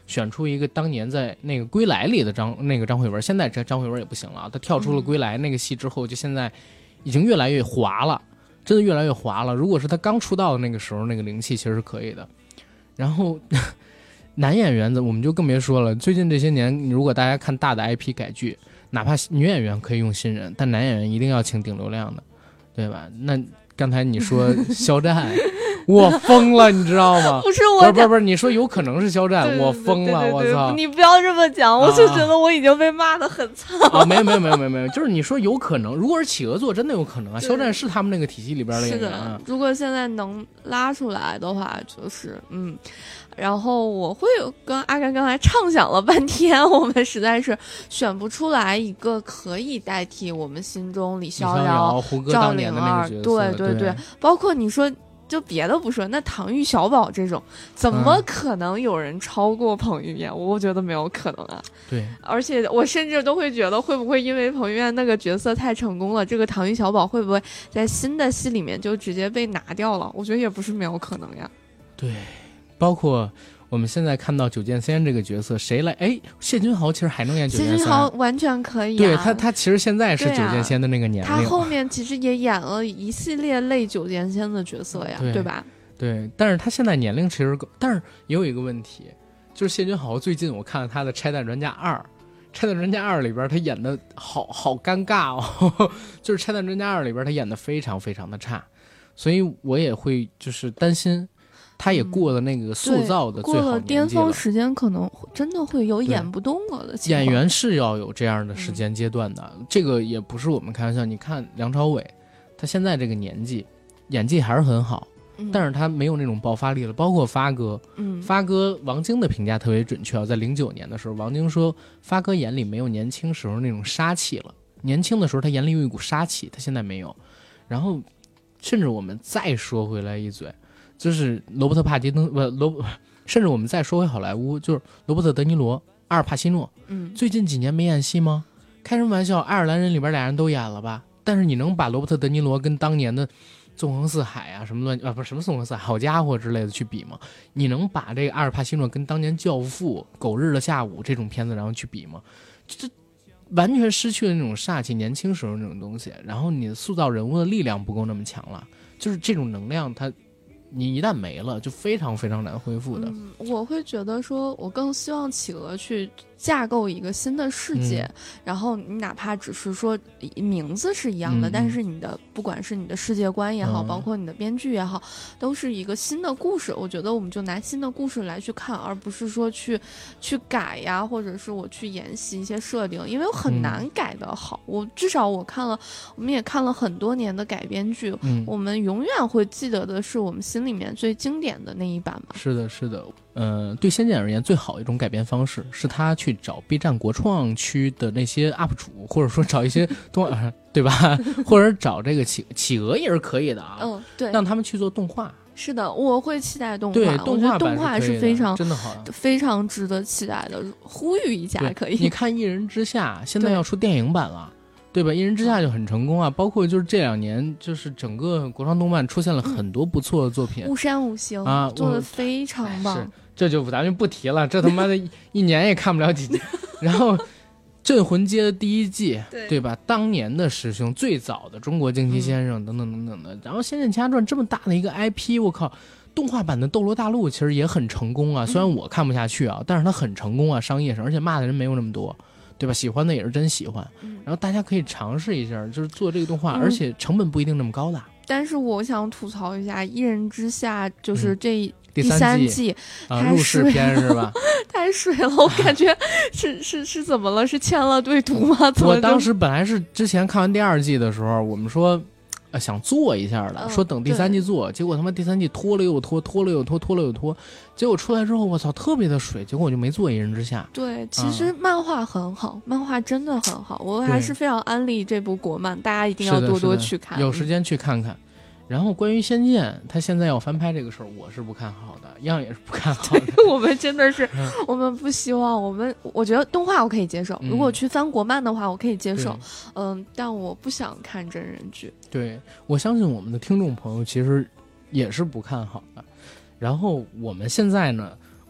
选出一个当年在那个《归来》里的张惠文，现在这张惠文也不行了，她跳出了《归来》那个戏之后，就现在已经越来越滑了，真的越来越滑了。如果是她刚出道的那个时候，那个灵气其实是可以的。然后男演员的我们就更别说了，最近这些年，如果大家看大的 IP 改剧，哪怕女演员可以用新人，但男演员一定要请顶流量的，对吧？那刚才你说肖战，我疯了，你知道吗？ 不是我， 不是，你说有可能是肖战，我疯了，我操！ 你不要这么讲，我就觉得我已经被骂得很惨了。 没有，就是你说有可能，如果是企鹅座，真的有可能啊。肖战是他们那个体系里边的演员啊。 如果现在能拉出来的话，就是然后我会跟阿甘刚才畅想了半天，我们实在是选不出来一个可以代替我们心中李逍遥、 胡歌当年的那个角色。 对，包括你说就别的不说，那唐钰小宝这种，怎么可能有人超过彭于晏？我觉得没有可能啊。 对， 而且我甚至都会觉得，会不会因为彭于晏那个角色太成功了，这个唐钰小宝会不会在新的戏里面就直接被拿掉了？我觉得也不是没有可能呀。 对。包括我们现在看到九剑仙这个角色，谁来？哎，谢君豪其实还能演九剑仙。 谢君豪完全可以、啊。 对他其实现在是九剑仙的那个年龄。 他后面其实也演了一系列类九剑仙的角色呀，对吧？ 对，但是他现在年龄其实，但是也有一个问题，就是谢君豪最近我看了他的《拆弹专家2》，《拆弹专家2》里边他演的好尴尬哦，就是《拆弹专家2》里边他演的非常非常的差，所以我也会就是担心。他也过了那个塑造的最好年纪了， 过了巅峰时间，可能真的会有演不动了的情况。 演员是要有这样的时间阶段的，这个也不是我们开玩笑。你看梁朝伟，他现在这个年纪，演技还是很好，但是他没有那种爆发力了。包括发哥，发哥王晶的评价特别准确啊，在09年的时候，王晶说发哥眼里没有年轻时候那种杀气了，年轻的时候他眼里有一股杀气，他现在没有。然后，甚至我们再说回来一嘴。就是罗伯特·帕迪登甚至我们再说回好莱坞，就是罗伯特·德尼罗、阿尔帕西诺，最近几年没演戏吗？开什么玩笑，爱尔兰人里边俩人都演了吧？但是你能把罗伯特·德尼罗跟当年的纵横四海啊什么不是什么纵横四海，好家伙之类的去比吗？你能把这个阿尔帕西诺跟当年教父、狗日的下午这种片子然后去比吗？这完全失去了那种煞气，年轻时候那种东西，然后你塑造人物的力量不够那么强了，就是这种能量你一旦没了，就非常非常难恢复的。 我会觉得说，我更希望企鹅去架构一个新的世界，然后你哪怕只是说名字是一样的，但是你的不管是你的世界观也好，包括你的编剧也好，都是一个新的故事。我觉得我们就拿新的故事来去看，而不是说去改呀，或者是我去沿袭一些设定，因为很难改得好。至少我们也看了很多年的改编剧，我们永远会记得的是我们心里面最经典的那一版嘛。 是的，是的。对仙剑而言，最好的一种改编方式是他去找 B 站国创区的那些 UP 主，或者说找一些对吧？或者找这个企鹅也是可以的啊。 对， 让他们去做动画。 是的，我会期待动画。 对， 动画是非常真的好， 非常值得期待的。呼吁一下可以。 你看《一人之下》现在要出电影版了。对吧？一人之下就很成功啊，包括就是这2年，就是整个国创动漫出现了很多不错的作品， 巫山五行啊，做的非常棒。 是，这就咱们不提了，这他妈的一年也看不了几集。然后，《镇魂街》的第1季，对吧？当年的师兄，最早的中国惊奇先生等等等等的。然后，《仙剑奇侠传》这么大的一个 IP， 我靠，动画版的《斗罗大陆》其实也很成功啊，虽然我看不下去啊，但是它很成功啊，商业上，而且骂的人没有那么多。对吧？喜欢的也是真喜欢，然后大家可以尝试一下，就是做这个动画，而且成本不一定那么高的。 但是我想吐槽一下，《一人之下》就是这第3 季入世篇是吧？ 太水了，我感觉是怎么了？是签了对图吗？ 我当时本来是之前看完第2季的时候，我们说。想做一下的，说等第3季做，结果他妈第3季拖了又拖，拖了又拖，拖了又拖，结果出来之后，我操，特别的水，结果我就没做《一人之下》。 对，其实漫画很好，漫画真的很好，我还是非常安利这部国漫，大家一定要多多去看， 有时间去看看。然后关于《仙剑》，他现在要翻拍这个事儿，我是不看好的，样也是不看好的。 我们真的是，我们不希望。我觉得动画我可以接受，如果去翻国漫的话，我可以接受。但我不想看真人剧。 对，我相信我们的听众朋友其实也是不看好的。然后我们现在呢，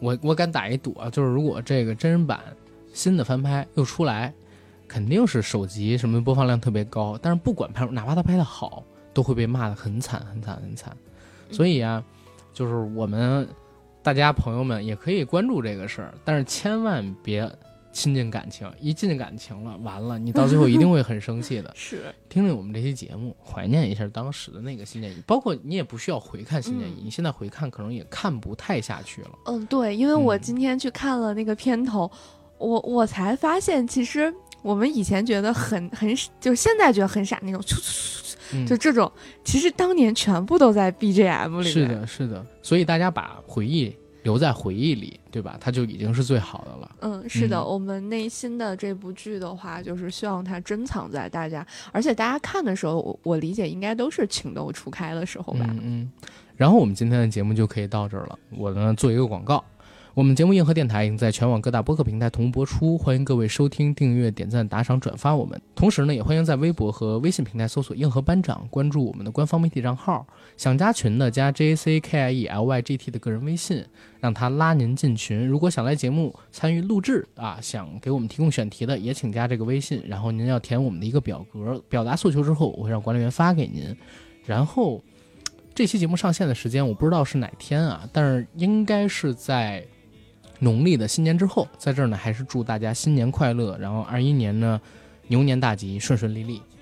我敢打一赌啊，就是如果这个真人版新的翻拍又出来，肯定是首集什么播放量特别高，但是不管哪怕他拍的好，都会被骂得很惨很惨很惨。所以啊，就是我们大家朋友们也可以关注这个事儿，但是千万别亲近感情，一进感情了，完了你到最后一定会很生气的。 是， 听听我们这期节目，怀念一下当时的那个新建议，包括你也不需要回看新建议，你现在回看可能也看不太下去了。 对，因为我今天去看了那个片头，我才发现，其实我们以前觉得很就现在觉得很傻那种，就这种，其实当年全部都在 BGM 里面。 是的，是的，所以大家把回忆留在回忆里，对吧？它就已经是最好的了。 是的，我们内心的这部剧的话，就是希望它珍藏在大家，而且大家看的时候，我理解应该都是情窦初开的时候吧。 然后我们今天的节目就可以到这儿了。我呢做一个广告，我们节目硬核电台已经在全网各大播客平台同步播出，欢迎各位收听、订阅、点赞、打赏、转发我们。同时呢，也欢迎在微博和微信平台搜索硬核班长，关注我们的官方媒体账号。想加群的加 JACKIELYGT 的个人微信，让他拉您进群。如果想来节目参与录制啊，想给我们提供选题的，也请加这个微信，然后您要填我们的一个表格，表达诉求之后，我会让管理员发给您。然后这期节目上线的时间我不知道是哪天啊，但是应该是在农历的新年之后。在这儿呢，还是祝大家新年快乐，然后21年呢牛年大吉，顺顺利利。